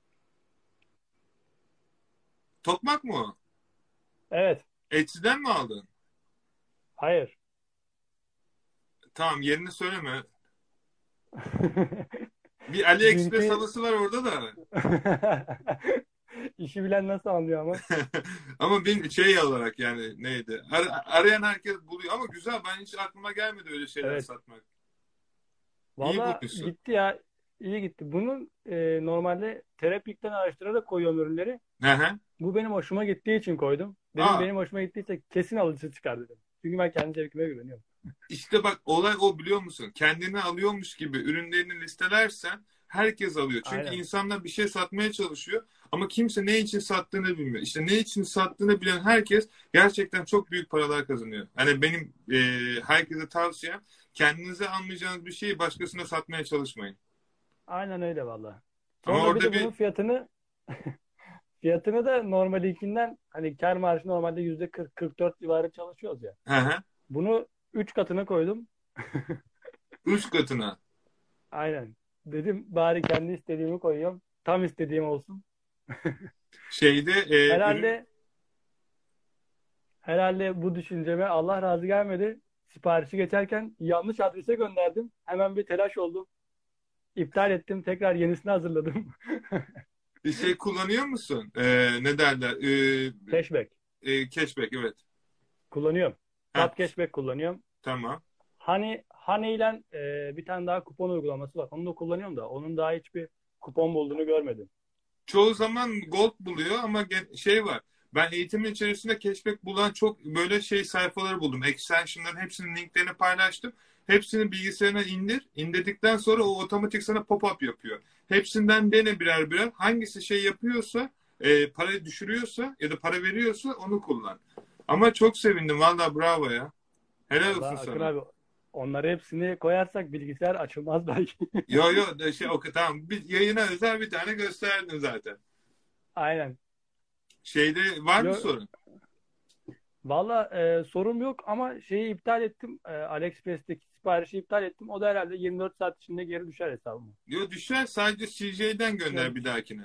Tokmak mı o? Evet. Etsy'den mi aldın? Hayır. Tamam yerini söyleme. Bir AliExpress Dünkü havası var orada da. işi bilen nasıl anlıyor ama. Ama benim şey olarak yani neydi? Arayan herkes buluyor ama güzel. Ben hiç aklıma gelmedi öyle şeyler Evet. satmak. İyi Valla bulmuşsun. gitti ya. İyi gitti. Bunun normalde Terapik'ten araştırarak koyuyorum ürünleri. Hı hı. Bu benim hoşuma gittiği için koydum. Dedim Aa, benim hoşuma gittiyse kesin alıcı çıkar dedim. Çünkü ben kendi zevkime güveniyorum. işte bak olay o biliyor musun? Kendini alıyormuş gibi ürünlerini listelersen herkes alıyor. Çünkü Aynen. insanlar bir şey satmaya çalışıyor ama kimse ne için sattığını bilmiyor. İşte ne için sattığını bilen herkes gerçekten çok büyük paralar kazanıyor. Hani benim herkese tavsiyem kendinize almayacağınız bir şeyi başkasına satmaya çalışmayın. Aynen öyle valla. Ama Sonra bir orada de bir bunun fiyatını da normalinkinden, hani kar marjı normalde %40-44 civarı çalışıyoruz ya. hı hı, Bunu 3 katına koydum. 3 katına. Aynen. Dedim bari kendi istediğimi koyuyorum. Tam istediğim olsun. Şeyde ürün Herhalde herhalde bu düşünceme Allah razı gelmedi. Siparişi geçerken yanlış adrese gönderdim. Hemen bir telaş oldum. İptal ettim. Tekrar yenisini hazırladım. bir şey kullanıyor musun? Ne derler? Cashback. Cashback evet. Kullanıyorum. Heh, Tap Cashback kullanıyorum. tamam. Honey ile bir tane daha kupon uygulaması var. Onu da kullanıyorum da onun daha hiçbir kupon bulduğunu görmedim. Çoğu zaman gold buluyor ama şey var. Ben eğitimin içerisinde cashback bulan çok böyle şey sayfaları buldum. Extension'ların hepsinin linklerini paylaştım. Hepsini bilgisayarına indir. İndirdikten sonra o otomatik sana pop-up yapıyor. Hepsinden dene birer birer. Hangisi şey yapıyorsa, parayı düşürüyorsa ya da para veriyorsa onu kullan. Ama çok sevindim. Vallahi bravo ya. Helal olsun Vallahi Akın sana. abi, onları hepsini koyarsak bilgisayar açılmaz belki. Yo yo şey o tamam. Bir yayına özel bir tane gösterdin zaten. Aynen. Şeyde var mı Yo, sorun? valla sorum yok ama şeyi iptal ettim. AliExpress'teki siparişi iptal ettim. O da herhalde 24 saat içinde geri düşer hesabıma. Yo düşer sadece CJ'den gönder Yani, bir dahakine.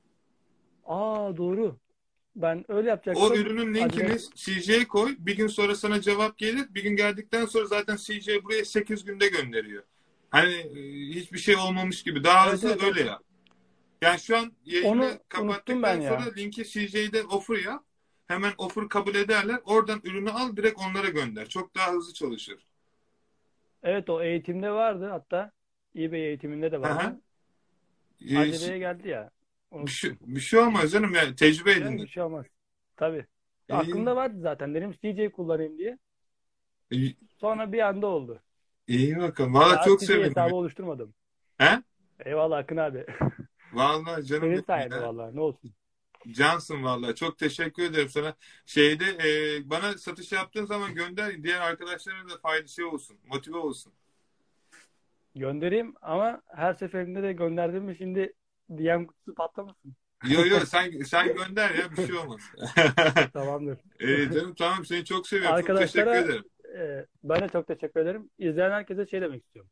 doğru. Ben öyle O yapacaktım. ürünün linkini Adres, CJ'ye koy. Bir gün sonra sana cevap gelir. Bir gün geldikten sonra zaten CJ buraya 8 günde gönderiyor. Hani hiçbir şey olmamış gibi. Daha evet hızlı evet öyle evet. yap. Yani şu an yayını Onu unuttum ben kapattıktan sonra ya. linki CJ'de offer yap. Hemen offer kabul ederler. Oradan ürünü al direkt onlara gönder. Çok daha hızlı çalışır. Evet, o eğitimde vardı hatta. eBay eğitiminde de Hı hı. vardı. E, Aceleye geldi ya. Unuttum. bir şey olmaz canım ya. Tecrübe Yani bir edindin. şey olmaz. Tabii. İyi, Aklımda vardı zaten. Dedim CJ kullanayım diye. iyi, Sonra bir anda oldu. iyi bakalım. Valla Daha çok CJ sevindim. hesabı oluşturmadım. He? Eyvallah Akın abi. Vallahi canım Senin benim sayende ya. vallahi. Ne olsun. Cansın vallahi. Çok teşekkür ederim sana. Şeyde bana satış yaptığın zaman gönder. Diğer arkadaşlarına da fayda şey olsun. Motive olsun. Göndereyim ama her seferinde de gönderdim mi şimdi DM kutusu patlamasın. Yo yo sen gönder ya bir şey olmaz. Tamamdır. Canım tamam seni çok seviyorum. Çok teşekkür Arkadaşlara ederim. ben de çok teşekkür ederim. İzleyen herkese şey demek istiyorum.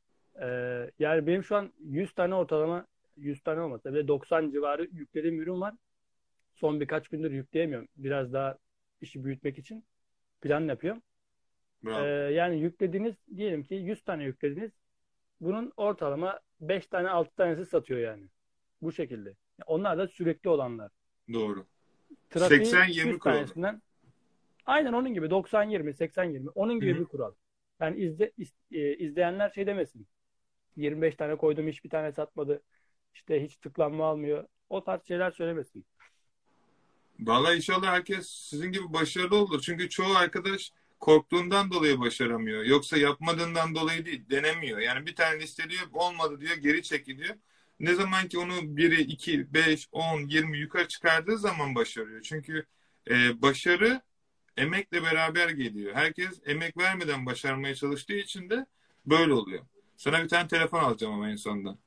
Yani benim şu an 100 tane ortalama, 100 tane olmasa bile 90 civarı yüklediğim ürün var. son birkaç gündür yükleyemiyorum. Biraz daha işi büyütmek için plan yapıyorum. Bravo. Yani yüklediğiniz, diyelim ki 100 tane yüklediniz. Bunun ortalama 5 tane 6 tanesi satıyor yani. Bu şekilde. Onlar da sürekli olanlar. Doğru. Trafiğin 80-20 100 kuralı. tanesinden aynen onun gibi 90-20, 80-20 onun gibi Hı-hı. bir kural. Yani izleyenler şey demesin. 25 tane koydum hiçbir tane satmadı. İşte hiç tıklanma almıyor. O tarz şeyler söylemesin. Vallahi inşallah herkes sizin gibi başarılı olur. Çünkü çoğu arkadaş korktuğundan dolayı başaramıyor. Yoksa yapmadığından dolayı değil, denemiyor. Yani bir tane listeliyor, olmadı diyor, geri çekiliyor. Ne zaman ki onu biri, 2, 5, 10, 20 yukarı çıkardığı zaman başarıyor. Çünkü başarı emekle beraber geliyor. Herkes emek vermeden başarmaya çalıştığı için de böyle oluyor. Sana bir tane telefon alacağım ama en sonunda.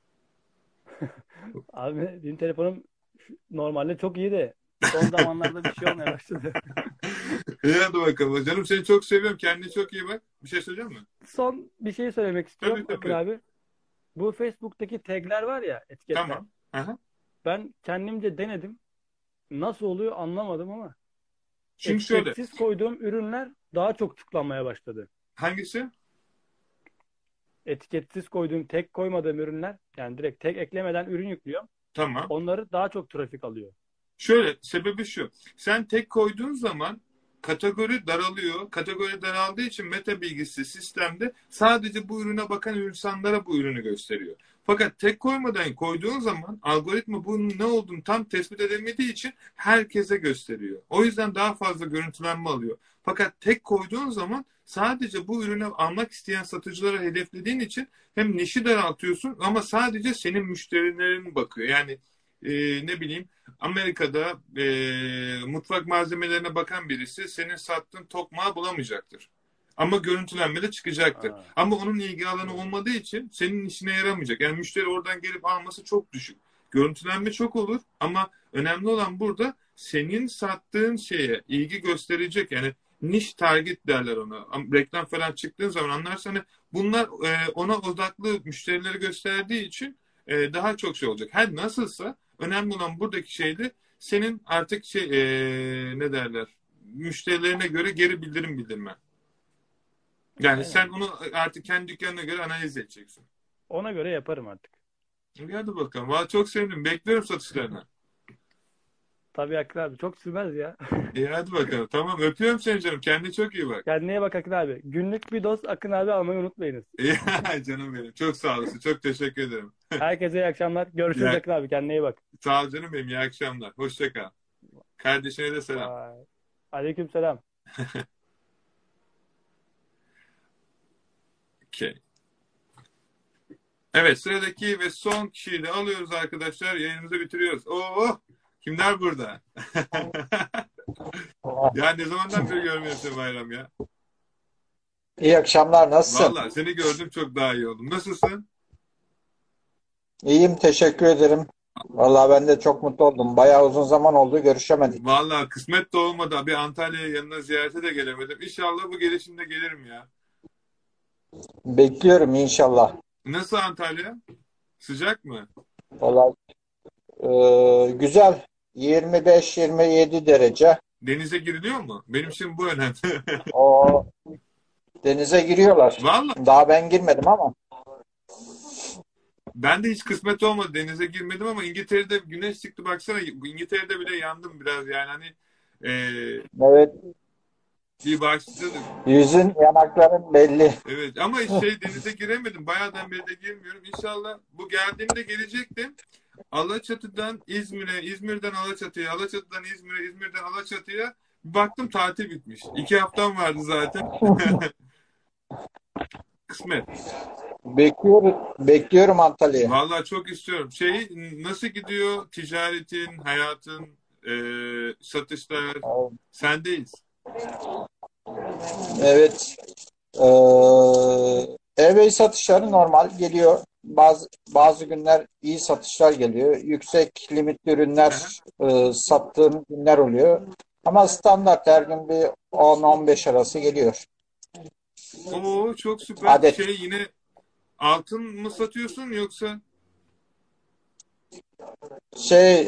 Abi benim telefonum normalde çok iyi de son zamanlarda bir şey olmaya başladı. İyi hadi bakalım. Canım seni çok seviyorum. Kendine çok iyi bak. Bir şey söyleyecek misin? Son bir şey söylemek istiyorum Tabii Akın tabii. abi. Bu Facebook'taki tagler var ya, etiketler. Tamam. Aha. Ben kendimce denedim. Nasıl oluyor anlamadım ama Şimdi şöyle. etiketsiz koyduğum ürünler daha çok tıklanmaya başladı. Hangisi? Etiketsiz koyduğum, tag koymadığım ürünler, yani direkt tag eklemeden ürün yüklüyorum. Tamam. Onları daha çok trafik alıyor. Şöyle, sebebi şu. Sen tek koyduğun zaman kategori daralıyor. Kategori daraldığı için meta bilgisi sistemde sadece bu ürüne bakan insanlara bu ürünü gösteriyor. Fakat tek koyduğun zaman algoritma bunun ne olduğunu tam tespit edemediği için herkese gösteriyor. O yüzden daha fazla görüntülenme alıyor. Fakat tek koyduğun zaman sadece bu ürünü almak isteyen satıcılara hedeflediğin için hem nişi daraltıyorsun ama sadece senin müşterilerin bakıyor. Yani ne bileyim, Amerika'da mutfak malzemelerine bakan birisi senin sattığın tokmağı bulamayacaktır. Ama görüntülenmede çıkacaktır. Aa, Ama onun ilgi alanı olmadığı için senin işine yaramayacak. Yani müşteri oradan gelip alması çok düşük. Görüntülenme çok olur ama önemli olan burada senin sattığın şeye ilgi gösterecek. Yani niş target derler ona. Reklam falan çıktığın zaman anlarsan hani bunlar ona odaklı müşterileri gösterdiği için daha çok şey olacak. Her nasılsa önemli olan buradaki şey de senin artık ne derler, müşterilerine göre geri bildirim bildirmen. Yani sen aynen. onu artık kendi dükkanına göre analiz edeceksin. Ona göre yaparım artık. Hadi bakalım. Valla çok sevindim. Bekliyorum satışlarını. Tabii Akın abi, çok sürmez ya. İyi hadi bakalım. Tamam, öpüyorum seni canım. Kendine çok iyi bak. Kendine iyi bak Akın abi. Günlük bir doz Akın abi almayı unutmayınız. İyi canım benim. Çok sağ olasın. Çok teşekkür ederim. Herkese iyi akşamlar. Görüşürüz Ya, Akın abi. Kendine iyi bak. sağ ol canım benim. İyi akşamlar. Hoşça kal. Kardeşine de selam. Bye. Aleykümselam. Okay. Evet, sıradaki ve son kişiyi de alıyoruz arkadaşlar. Yayınımızı bitiriyoruz. Oo, kimler burada? Ya ne zamandan beri görmüyorum seni Bayram ya. İyi akşamlar, nasılsın? Vallahi seni gördüm, çok daha iyi oldum. Nasılsın? İyiyim, teşekkür ederim. Vallahi ben de çok mutlu oldum. Bayağı uzun zaman oldu, görüşemedik. Vallahi kısmet de olmadı. Bir Antalya'ya yanına ziyarete de gelemedim. İnşallah bu gelişimde gelirim ya. Bekliyorum inşallah. Nasıl Antalya? Sıcak mı? Vallahi güzel. 25-27 derece. Denize giriliyor mu? Benim için bu önemli. O denize giriyorlar. Vallahi Daha ben girmedim ama. ben de hiç kısmet olmadı. Denize girmedim ama İngiltere'de güneş çıktı baksana. İngiltere'de bile yandım biraz yani hani Evet, bir başladı. yüzün, yanakların belli. Evet ama denize giremedim. Bayağıdan beri de girmiyorum. İnşallah bu geldiğimde gelecektim. Alaçatı'dan İzmir'e, İzmir'den Alaçatı'ya, Alaçatı'dan İzmir'e, İzmir'den Alaçatı'ya bir baktım tatil bitmiş. 2 haftam vardı zaten. Kısmet. Bekliyorum Antalya'ya. Vallahi çok istiyorum. Nasıl gidiyor ticaretin, hayatın, satışlar? Sendeyiz. Evet. Ev satışları normal geliyor. Bazı günler iyi satışlar geliyor. Yüksek limitli ürünler sattığım günler oluyor. Ama standart her gün bir 10-15 arası geliyor. Oo çok süper. Adet. Yine altın mı satıyorsun yoksa? Şey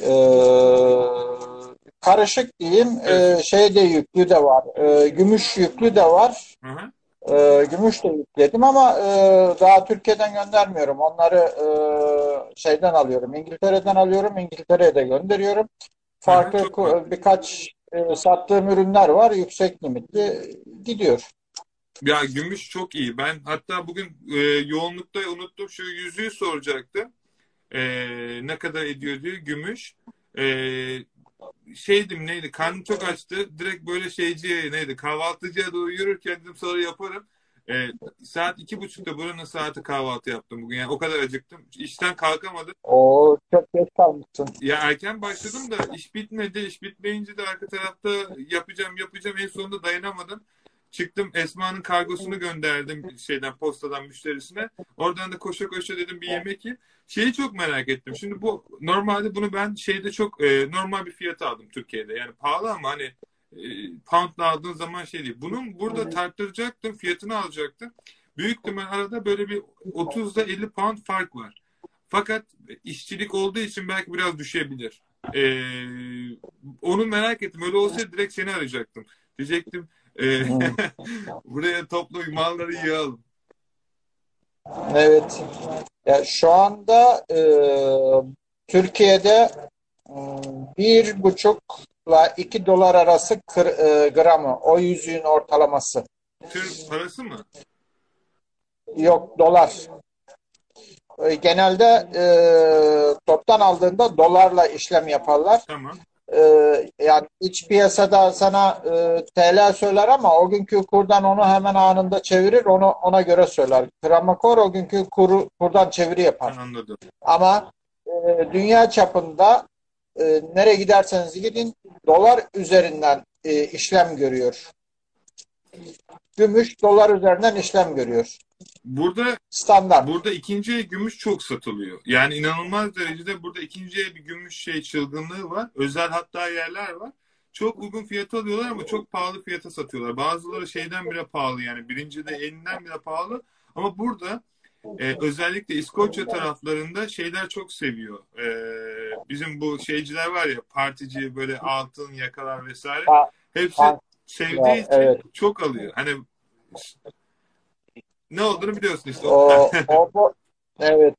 karışık diyeyim. Evet. Şey de yüklü de var. Gümüş yüklü de var. Hı hı. Gümüş de yükledim ama daha Türkiye'den göndermiyorum. Onları şeyden alıyorum. İngiltere'den alıyorum. İngiltere'ye de gönderiyorum. Hı hı. Farklı Çok mantıklı. birkaç sattığım ürünler var. Yüksek limitli gidiyor. Ya gümüş çok iyi. Ben hatta bugün yoğunlukta unuttum, şu yüzüğü soracaktım. Ne kadar ediyor diye gümüş. E, Şeydim, neydi? Karnım çok açtı. Direkt böyle şeyciye, neydi? Kahvaltıcıya doğru yürürken dedim sonra yaparım. Ee, Saat 2.30'da buranın saati kahvaltı yaptım bugün. Yani o kadar acıktım. İşten kalkamadım. O çok geç kalmışsın. Ya erken başladım da iş bitmedi. İş bitmeyince de arka tarafta yapacağım. En sonunda dayanamadım. Çıktım, Esma'nın kargosunu gönderdim şeyden, postadan müşterisine. Oradan da koşa koşa dedim bir yemek yiyeyim. Şeyi çok merak ettim. Şimdi bu normalde bunu ben şeyde çok normal bir fiyata aldım Türkiye'de. Yani pahalı ama hani poundla aldığın zaman şey değil. Bunun burada tarttıracaktım, fiyatını alacaktım. Büyük ihtimal arada böyle bir 30'da 50 pound fark var. Fakat işçilik olduğu için belki biraz düşebilir. Onu merak ettim. Öyle olsaydı direkt seni arayacaktım. Diyecektim Hı. buraya topla malları yığalım. Evet. Ya şu anda Türkiye'de 1,5 ile 2 dolar arası gramı. O yüzüğün ortalaması. Tür parası mı? Yok, dolar. Genelde toptan aldığında dolarla işlem yaparlar. Tamam. Yani iç piyasada sana TL söyler ama o günkü kurdan onu hemen anında çevirir. Ona göre söyler. Kramakor o günkü kurdan çeviri Ha, yapar. anladım. Ama dünya çapında nereye giderseniz gidin dolar üzerinden işlem görüyor. Gümüş dolar üzerinden işlem görüyor. Burada Standart. burada ikinci el gümüş çok satılıyor. Yani inanılmaz derecede burada ikinci el bir gümüş şey çılgınlığı var. Özel hatta yerler var. Çok uygun fiyata alıyorlar ama çok pahalı fiyata satıyorlar. Bazıları şeyden bile pahalı, yani birinci de elinden bile pahalı. Ama burada özellikle İskoçya taraflarında şeyler çok seviyor. Bizim bu şeyciler var ya, partici, böyle altın yakalar vesaire. Ha, Hepsi ha, sevdiği için evet. çok alıyor. Hani ne olduğunu biliyorsun işte. Evet.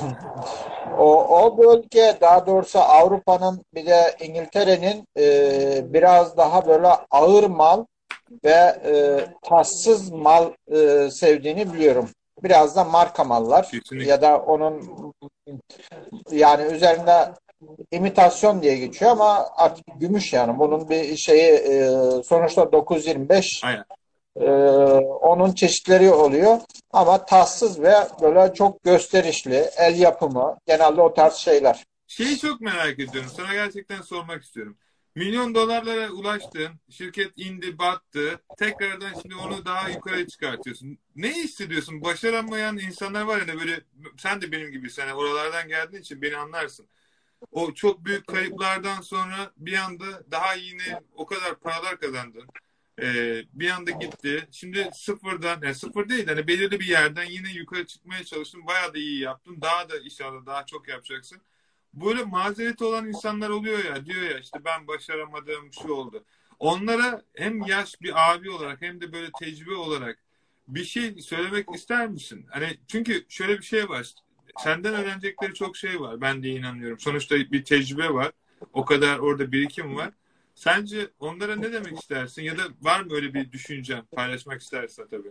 O bölge, daha doğrusu Avrupa'nın bir de İngiltere'nin biraz daha böyle ağır mal ve taşsız mal sevdiğini biliyorum. Biraz da marka mallar Kesinlikle. ya da onun yani üzerinde imitasyon diye geçiyor ama artık gümüş, yani bunun bir şeyi sonuçta 925, Aynen. onun çeşitleri oluyor ama taşsız ve böyle çok gösterişli el yapımı, genelde o tarz şeyler. Şeyi çok merak ediyorum. Sana gerçekten sormak istiyorum. Milyon dolarlara ulaştın. Şirket indi, battı. Tekrardan şimdi onu daha yukarı çıkartıyorsun. Ne hissediyorsun? Başaramayan insanlar var ya, böyle sen de benim gibi, sen oralardan geldiğin için beni anlarsın. O çok büyük kayıplardan sonra bir anda daha yine o kadar paralar kazandın. Bir anda gitti. Şimdi sıfırdan, yani sıfır değil, hani belirli bir yerden yine yukarı çıkmaya çalıştın. Bayağı da iyi yaptın. Daha da inşallah daha çok yapacaksın. Böyle mazereti olan insanlar oluyor ya, diyor ya işte ben başaramadım, şu oldu. Onlara hem yaş bir abi olarak hem de böyle tecrübe olarak bir şey söylemek ister misin? Hani çünkü şöyle bir şey var. Senden öğrenecekleri çok şey var. Ben de inanıyorum. Sonuçta bir tecrübe var. O kadar orada birikim var. Sence onlara ne demek istersin? Ya da var mı öyle bir düşüncen? Paylaşmak istersen tabii.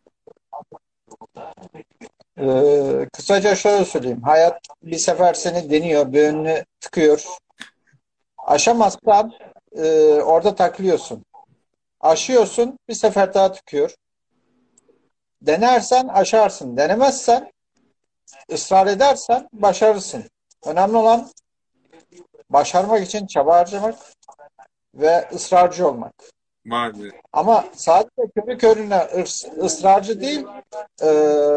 Kısaca şöyle söyleyeyim. Hayat bir sefer seni deniyor, bir önünü tıkıyor. Aşamazsan orada takılıyorsun. Aşıyorsun, bir sefer daha tıkıyor. Denersen aşarsın. Denemezsen, ısrar edersen başarırsın. Önemli olan başarmak için çaba harcamak ve ısrarcı olmak. Var mı? Ama sadece körü körüne ısrarcı değil, e,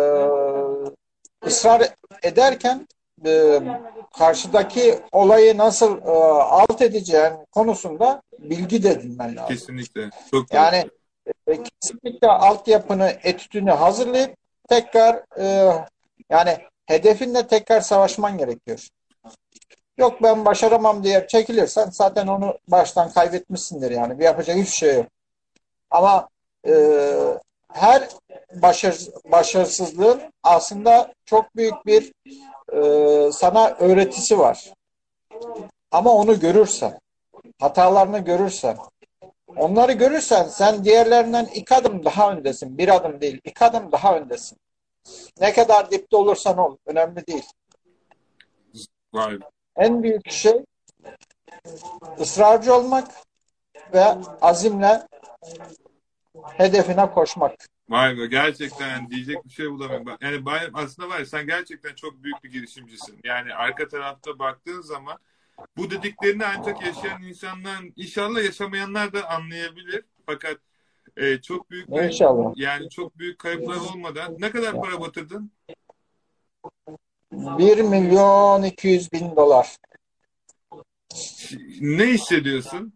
ısrar ederken e, karşıdaki olayı nasıl alt edeceğin konusunda bilgi de edinmen lazım. Kesinlikle. Çok doğru. Yani kesinlikle altyapını, etüdünü hazırlayıp tekrar yani hedefinle tekrar savaşman gerekiyor. Yok ben başaramam diye çekilirsen zaten onu baştan kaybetmişsindir yani. Bir yapacak hiçbir şey yok. Ama e, her başarısızlığın aslında çok büyük bir sana öğretisi var. Ama onu görürsen, hatalarını görürsen, onları görürsen sen diğerlerinden 2 adım daha öndesin. 1 adım değil, 2 adım daha öndesin. Ne kadar dipte olursan ol, önemli değil. Vay be. En büyük şey ısrarcı olmak ve azimle hedefine koşmak. Vay be, gerçekten diyecek bir şey bulamıyorum. Yani aslında var ya, sen gerçekten çok büyük bir girişimcisin. Yani arka tarafta baktığın zaman bu dediklerini ancak yaşayan insanlar, inşallah yaşamayanlar da anlayabilir. Fakat çok büyük İnşallah. yani çok büyük kayıplar olmadan ne kadar para batırdın? 1.200.000 dolar. Ne hissediyorsun?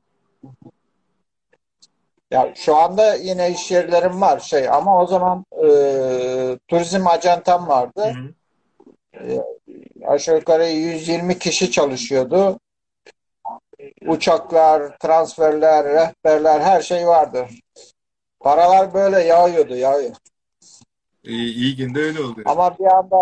Ya şu anda yine iş yerlerim var ama o zaman turizm ajantam Hı vardı. hı. Aşağı yukarı 120 kişi çalışıyordu. Uçaklar, transferler, rehberler her şey vardı. Paralar böyle yağıyor. İyi günde öyle oluyor. Ama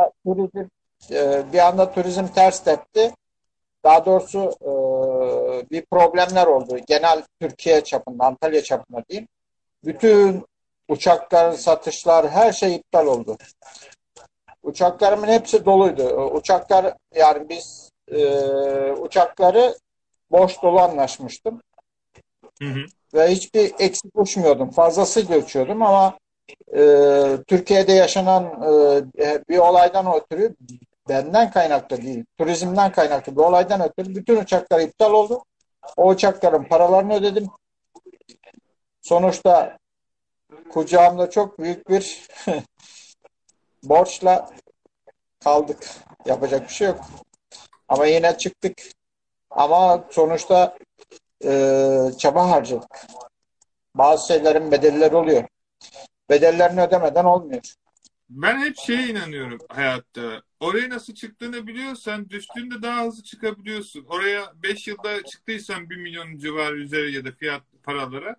bir anda turizm ters tepti. Daha doğrusu bir problemler oldu. Genel Türkiye çapında, Antalya çapında diyeyim. Bütün uçaklar, satışlar, her şey iptal oldu. Uçaklarımın hepsi doluydu. Uçaklar yani biz uçakları boş dolu anlaşmıştım. Hı hı. Ve hiçbir eksik uçmuyordum. Fazlasıyla uçuyordum ama Türkiye'de yaşanan bir olaydan ötürü benden kaynaklı değil, turizmden kaynaklı bir olaydan ötürü bütün uçaklar iptal oldu. O uçakların paralarını ödedim. Sonuçta kucağımda çok büyük bir borçla kaldık. Yapacak bir şey yok. Ama yine çıktık. Ama sonuçta çaba harcadık. Bazı şeylerin bedelleri oluyor. Bedellerini ödemeden olmuyor. Ben hep şeye inanıyorum hayatta. Oraya nasıl çıktığını biliyorsan düştüğünde daha hızlı çıkabiliyorsun. Oraya 5 yılda çıktıysan 1 milyon civarı üzeri ya da fiyat paralara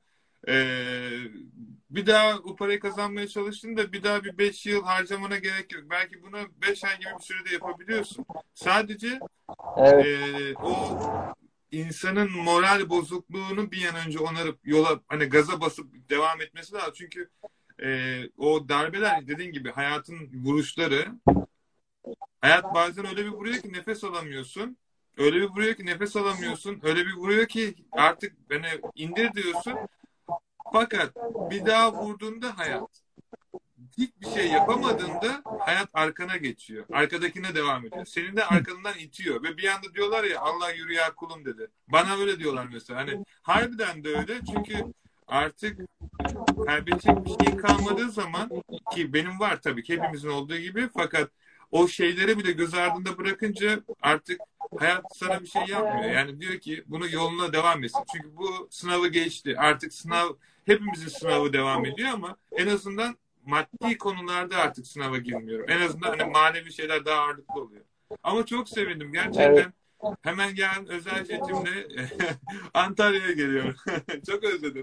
bir daha o parayı kazanmaya çalıştığında bir daha bir 5 yıl harcamana gerek yok. Belki bunu 5 ay gibi bir sürede yapabiliyorsun. Sadece Evet, o insanın moral bozukluğunu bir an önce onarıp yola hani gaza basıp devam etmesi lazım. Çünkü o darbeler dediğin gibi hayatın vuruşları, hayat bazen öyle bir vuruyor ki nefes alamıyorsun. Öyle bir vuruyor ki nefes alamıyorsun. Öyle bir vuruyor ki artık hani indir diyorsun. Fakat bir daha vurduğunda hayat, hiçbir şey yapamadığında hayat arkana geçiyor. Arkadakine devam ediyor. Senin de arkandan itiyor. Ve bir anda diyorlar ya, Allah yürü ya kulum dedi. Bana öyle diyorlar mesela. Hani harbiden de öyle. Çünkü artık kaybedecek bir şeyin kalmadığı zaman, ki benim var tabii ki hepimizin olduğu gibi, fakat o şeyleri bile göz ardında bırakınca artık hayat sana bir şey yapmıyor. Yani diyor ki bunu yoluna devam etsin. Çünkü bu sınavı geçti. Artık sınav, hepimizin sınavı devam ediyor ama en azından maddi konularda artık sınava girmiyorum. En azından hani manevi şeyler daha ağırlıklı oluyor. Ama çok sevindim evet. gerçekten. Hemen yarın özel jetimle Antalya'ya geliyorum. Çok özledim.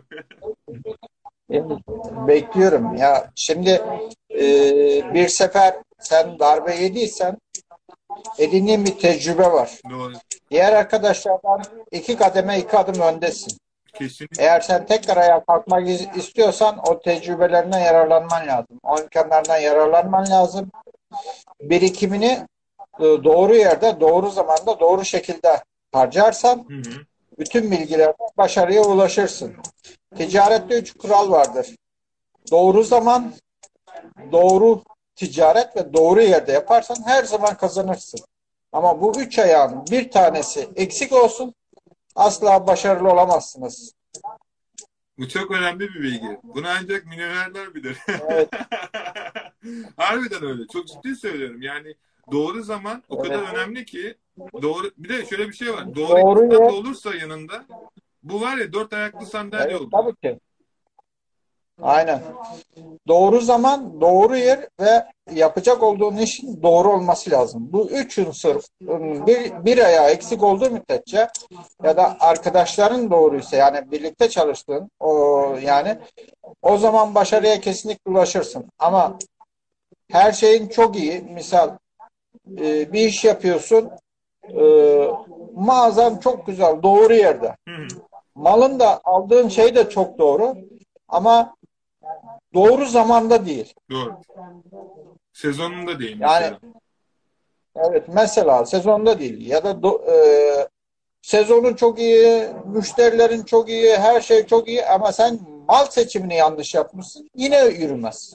Bekliyorum. Ya şimdi bir sefer sen darbe yediysen edindiğin bir tecrübe var. Doğru. Diğer arkadaşlardan 2 adım öndesin. Kesinlikle. Eğer sen tekrar ayağa kalkmak istiyorsan o tecrübelerinden yararlanman lazım. O imkanlardan yararlanman lazım. Birikimini doğru yerde, doğru zamanda, doğru şekilde harcarsan Hı hı. bütün bilgilerle başarıya ulaşırsın. Ticarette 3 kural vardır. Doğru zaman, doğru ticaret ve doğru yerde yaparsan her zaman kazanırsın. Ama bu 3 ayağın bir tanesi eksik olsun, asla başarılı olamazsınız. Bu çok önemli bir bilgi. Bunu ancak milyonerler bilir. Evet. Harbiden öyle. Çok ciddi söylüyorum. Yani doğru zaman o kadar Evet. önemli ki, doğru, bir de şöyle bir şey var. Doğru Doğru insan yer. da olursa yanında, bu var ya, 4 ayaklı sandalye Evet, oluyor. tabii ki. Aynen. Doğru zaman, doğru yer ve yapacak olduğun işin doğru olması lazım. Bu üç unsur bir ayağı eksik olduğu müddetçe ya da arkadaşların doğruysa, yani birlikte çalıştığın yani o zaman başarıya kesinlikle ulaşırsın. Ama her şeyin çok iyi. Misal bir iş yapıyorsun, e, mağazan çok güzel, doğru yerde. Hı hı. Malın da, aldığın şey de çok doğru. Ama doğru zamanda değil. Doğru. Sezonunda değil Yani mesela. evet, mesela sezonda değil ya da sezonun çok iyi, müşterilerin çok iyi, her şey çok iyi ama sen mal seçimini yanlış yapmışsın, yine yürümez.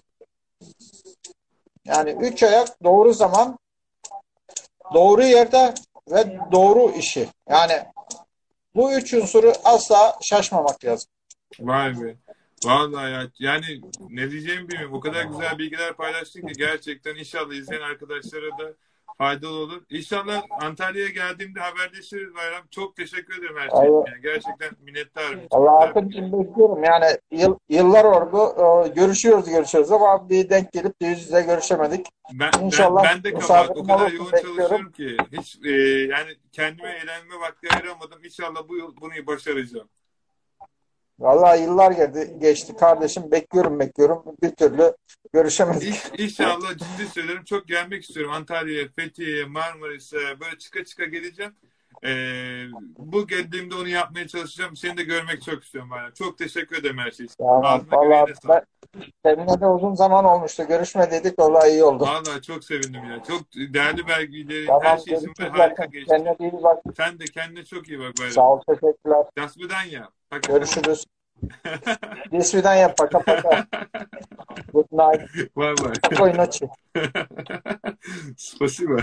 Yani üç ayak, doğru zaman, doğru yerde ve doğru işi. Yani bu üç unsuru asla şaşmamak lazım. Vay be. Vallahi ya, yani ne diyeceğimi bilmiyorum. O kadar güzel bilgiler paylaştın ki gerçekten inşallah izleyen arkadaşlara da faydalı olur. İnşallah Antalya'ya geldiğimde haberleşiriz Bayram. Çok teşekkür ederim her şey için. Allah, Yani gerçekten minnettarım. Allah Akıncığım, bekliyorum. Yani yıllar oldu. Görüşüyoruz ama bir denk gelip de yüz yüze görüşemedik. İnşallah Ben de kabahat. O misafirim kadar olursun, yoğun bekliyorum. çalışıyorum ki hiç yani kendime eğlenme vakti ayıramadım. İnşallah bu yıl bunu başaracağım. Vallahi yıllar geçti kardeşim. Bekliyorum. Bir türlü görüşemedik. İnşallah ciddi söylüyorum. Çok gelmek istiyorum. Antalya'ya, Fethiye'ye, Marmaris'e böyle çıka çıka geleceğim. Bu geldiğimde onu yapmaya çalışacağım. Seni de görmek çok istiyorum. Bana. Çok teşekkür ederim her şey için. Tamam. Ağzına Vallahi yüreğine sağlık. seninle de uzun zaman olmuştu. Görüşmediydik. Vallahi iyi oldu. Vallahi çok sevindim ya. Çok değerli belgeleri, her Tamam. şey için Görüşürüz harika zaten. geçti. Kendine iyi bak. Sen de kendine çok iyi bak Sağ Bayram. ol. Teşekkürler. Das Vidanya. Görüşürüz. Disviden yap. Paka paka. Good night. Bye bye. Spokojной ночи. Спасибо.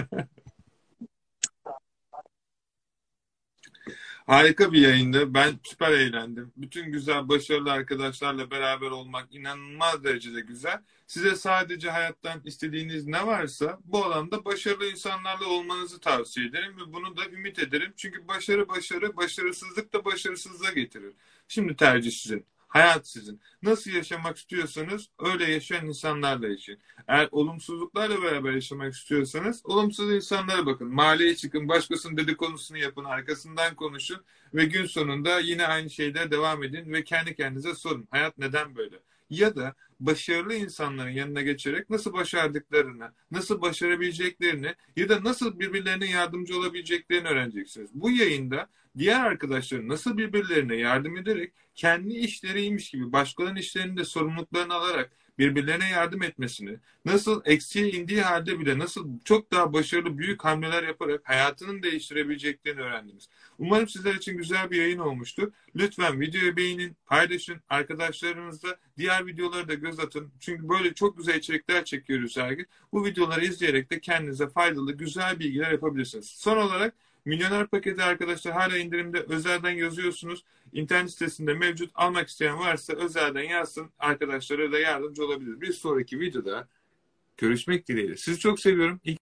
Harika bir yayındı. Ben süper eğlendim. Bütün güzel, başarılı arkadaşlarla beraber olmak inanılmaz derecede güzel. Size sadece hayattan istediğiniz ne varsa bu alanda başarılı insanlarla olmanızı tavsiye ederim ve bunu da ümit ederim. Çünkü başarı, başarısızlık da başarısızlığa getirir. Şimdi tercih sizin. Hayat sizin. Nasıl yaşamak istiyorsanız öyle yaşayan insanlarla yaşayın. Eğer olumsuzluklarla beraber yaşamak istiyorsanız olumsuz insanlara bakın. Mahalleye çıkın, başkasının dedikodusunu yapın, arkasından konuşun ve gün sonunda yine aynı şeyde devam edin ve kendi kendinize sorun. Hayat neden böyle? Ya da başarılı insanların yanına geçerek nasıl başardıklarını, nasıl başarabileceklerini ya da nasıl birbirlerine yardımcı olabileceklerini öğreneceksiniz. Bu yayında diğer arkadaşların nasıl birbirlerine yardım ederek kendi işleriymiş gibi başkalarının işlerinin de sorumluluklarını alarak birbirlerine yardım etmesini, nasıl eksiğe indiği halde bile nasıl çok daha başarılı büyük hamleler yaparak hayatını değiştirebileceklerini öğrendiniz. Umarım sizler için güzel bir yayın olmuştur. Lütfen videoyu beğenin, paylaşın, arkadaşlarınızla diğer videoları da göz atın. Çünkü böyle çok güzel içerikler çekiyoruz her gün. Bu videoları izleyerek de kendinize faydalı, güzel bilgiler yapabilirsiniz. Son olarak Milyoner paketi arkadaşlar hala indirimde, özelden yazıyorsunuz. İnternet sitesinde mevcut. Almak isteyen varsa özelden yazsın. Arkadaşlara da yardımcı olabilir. Bir sonraki videoda görüşmek dileğiyle. Sizi çok seviyorum.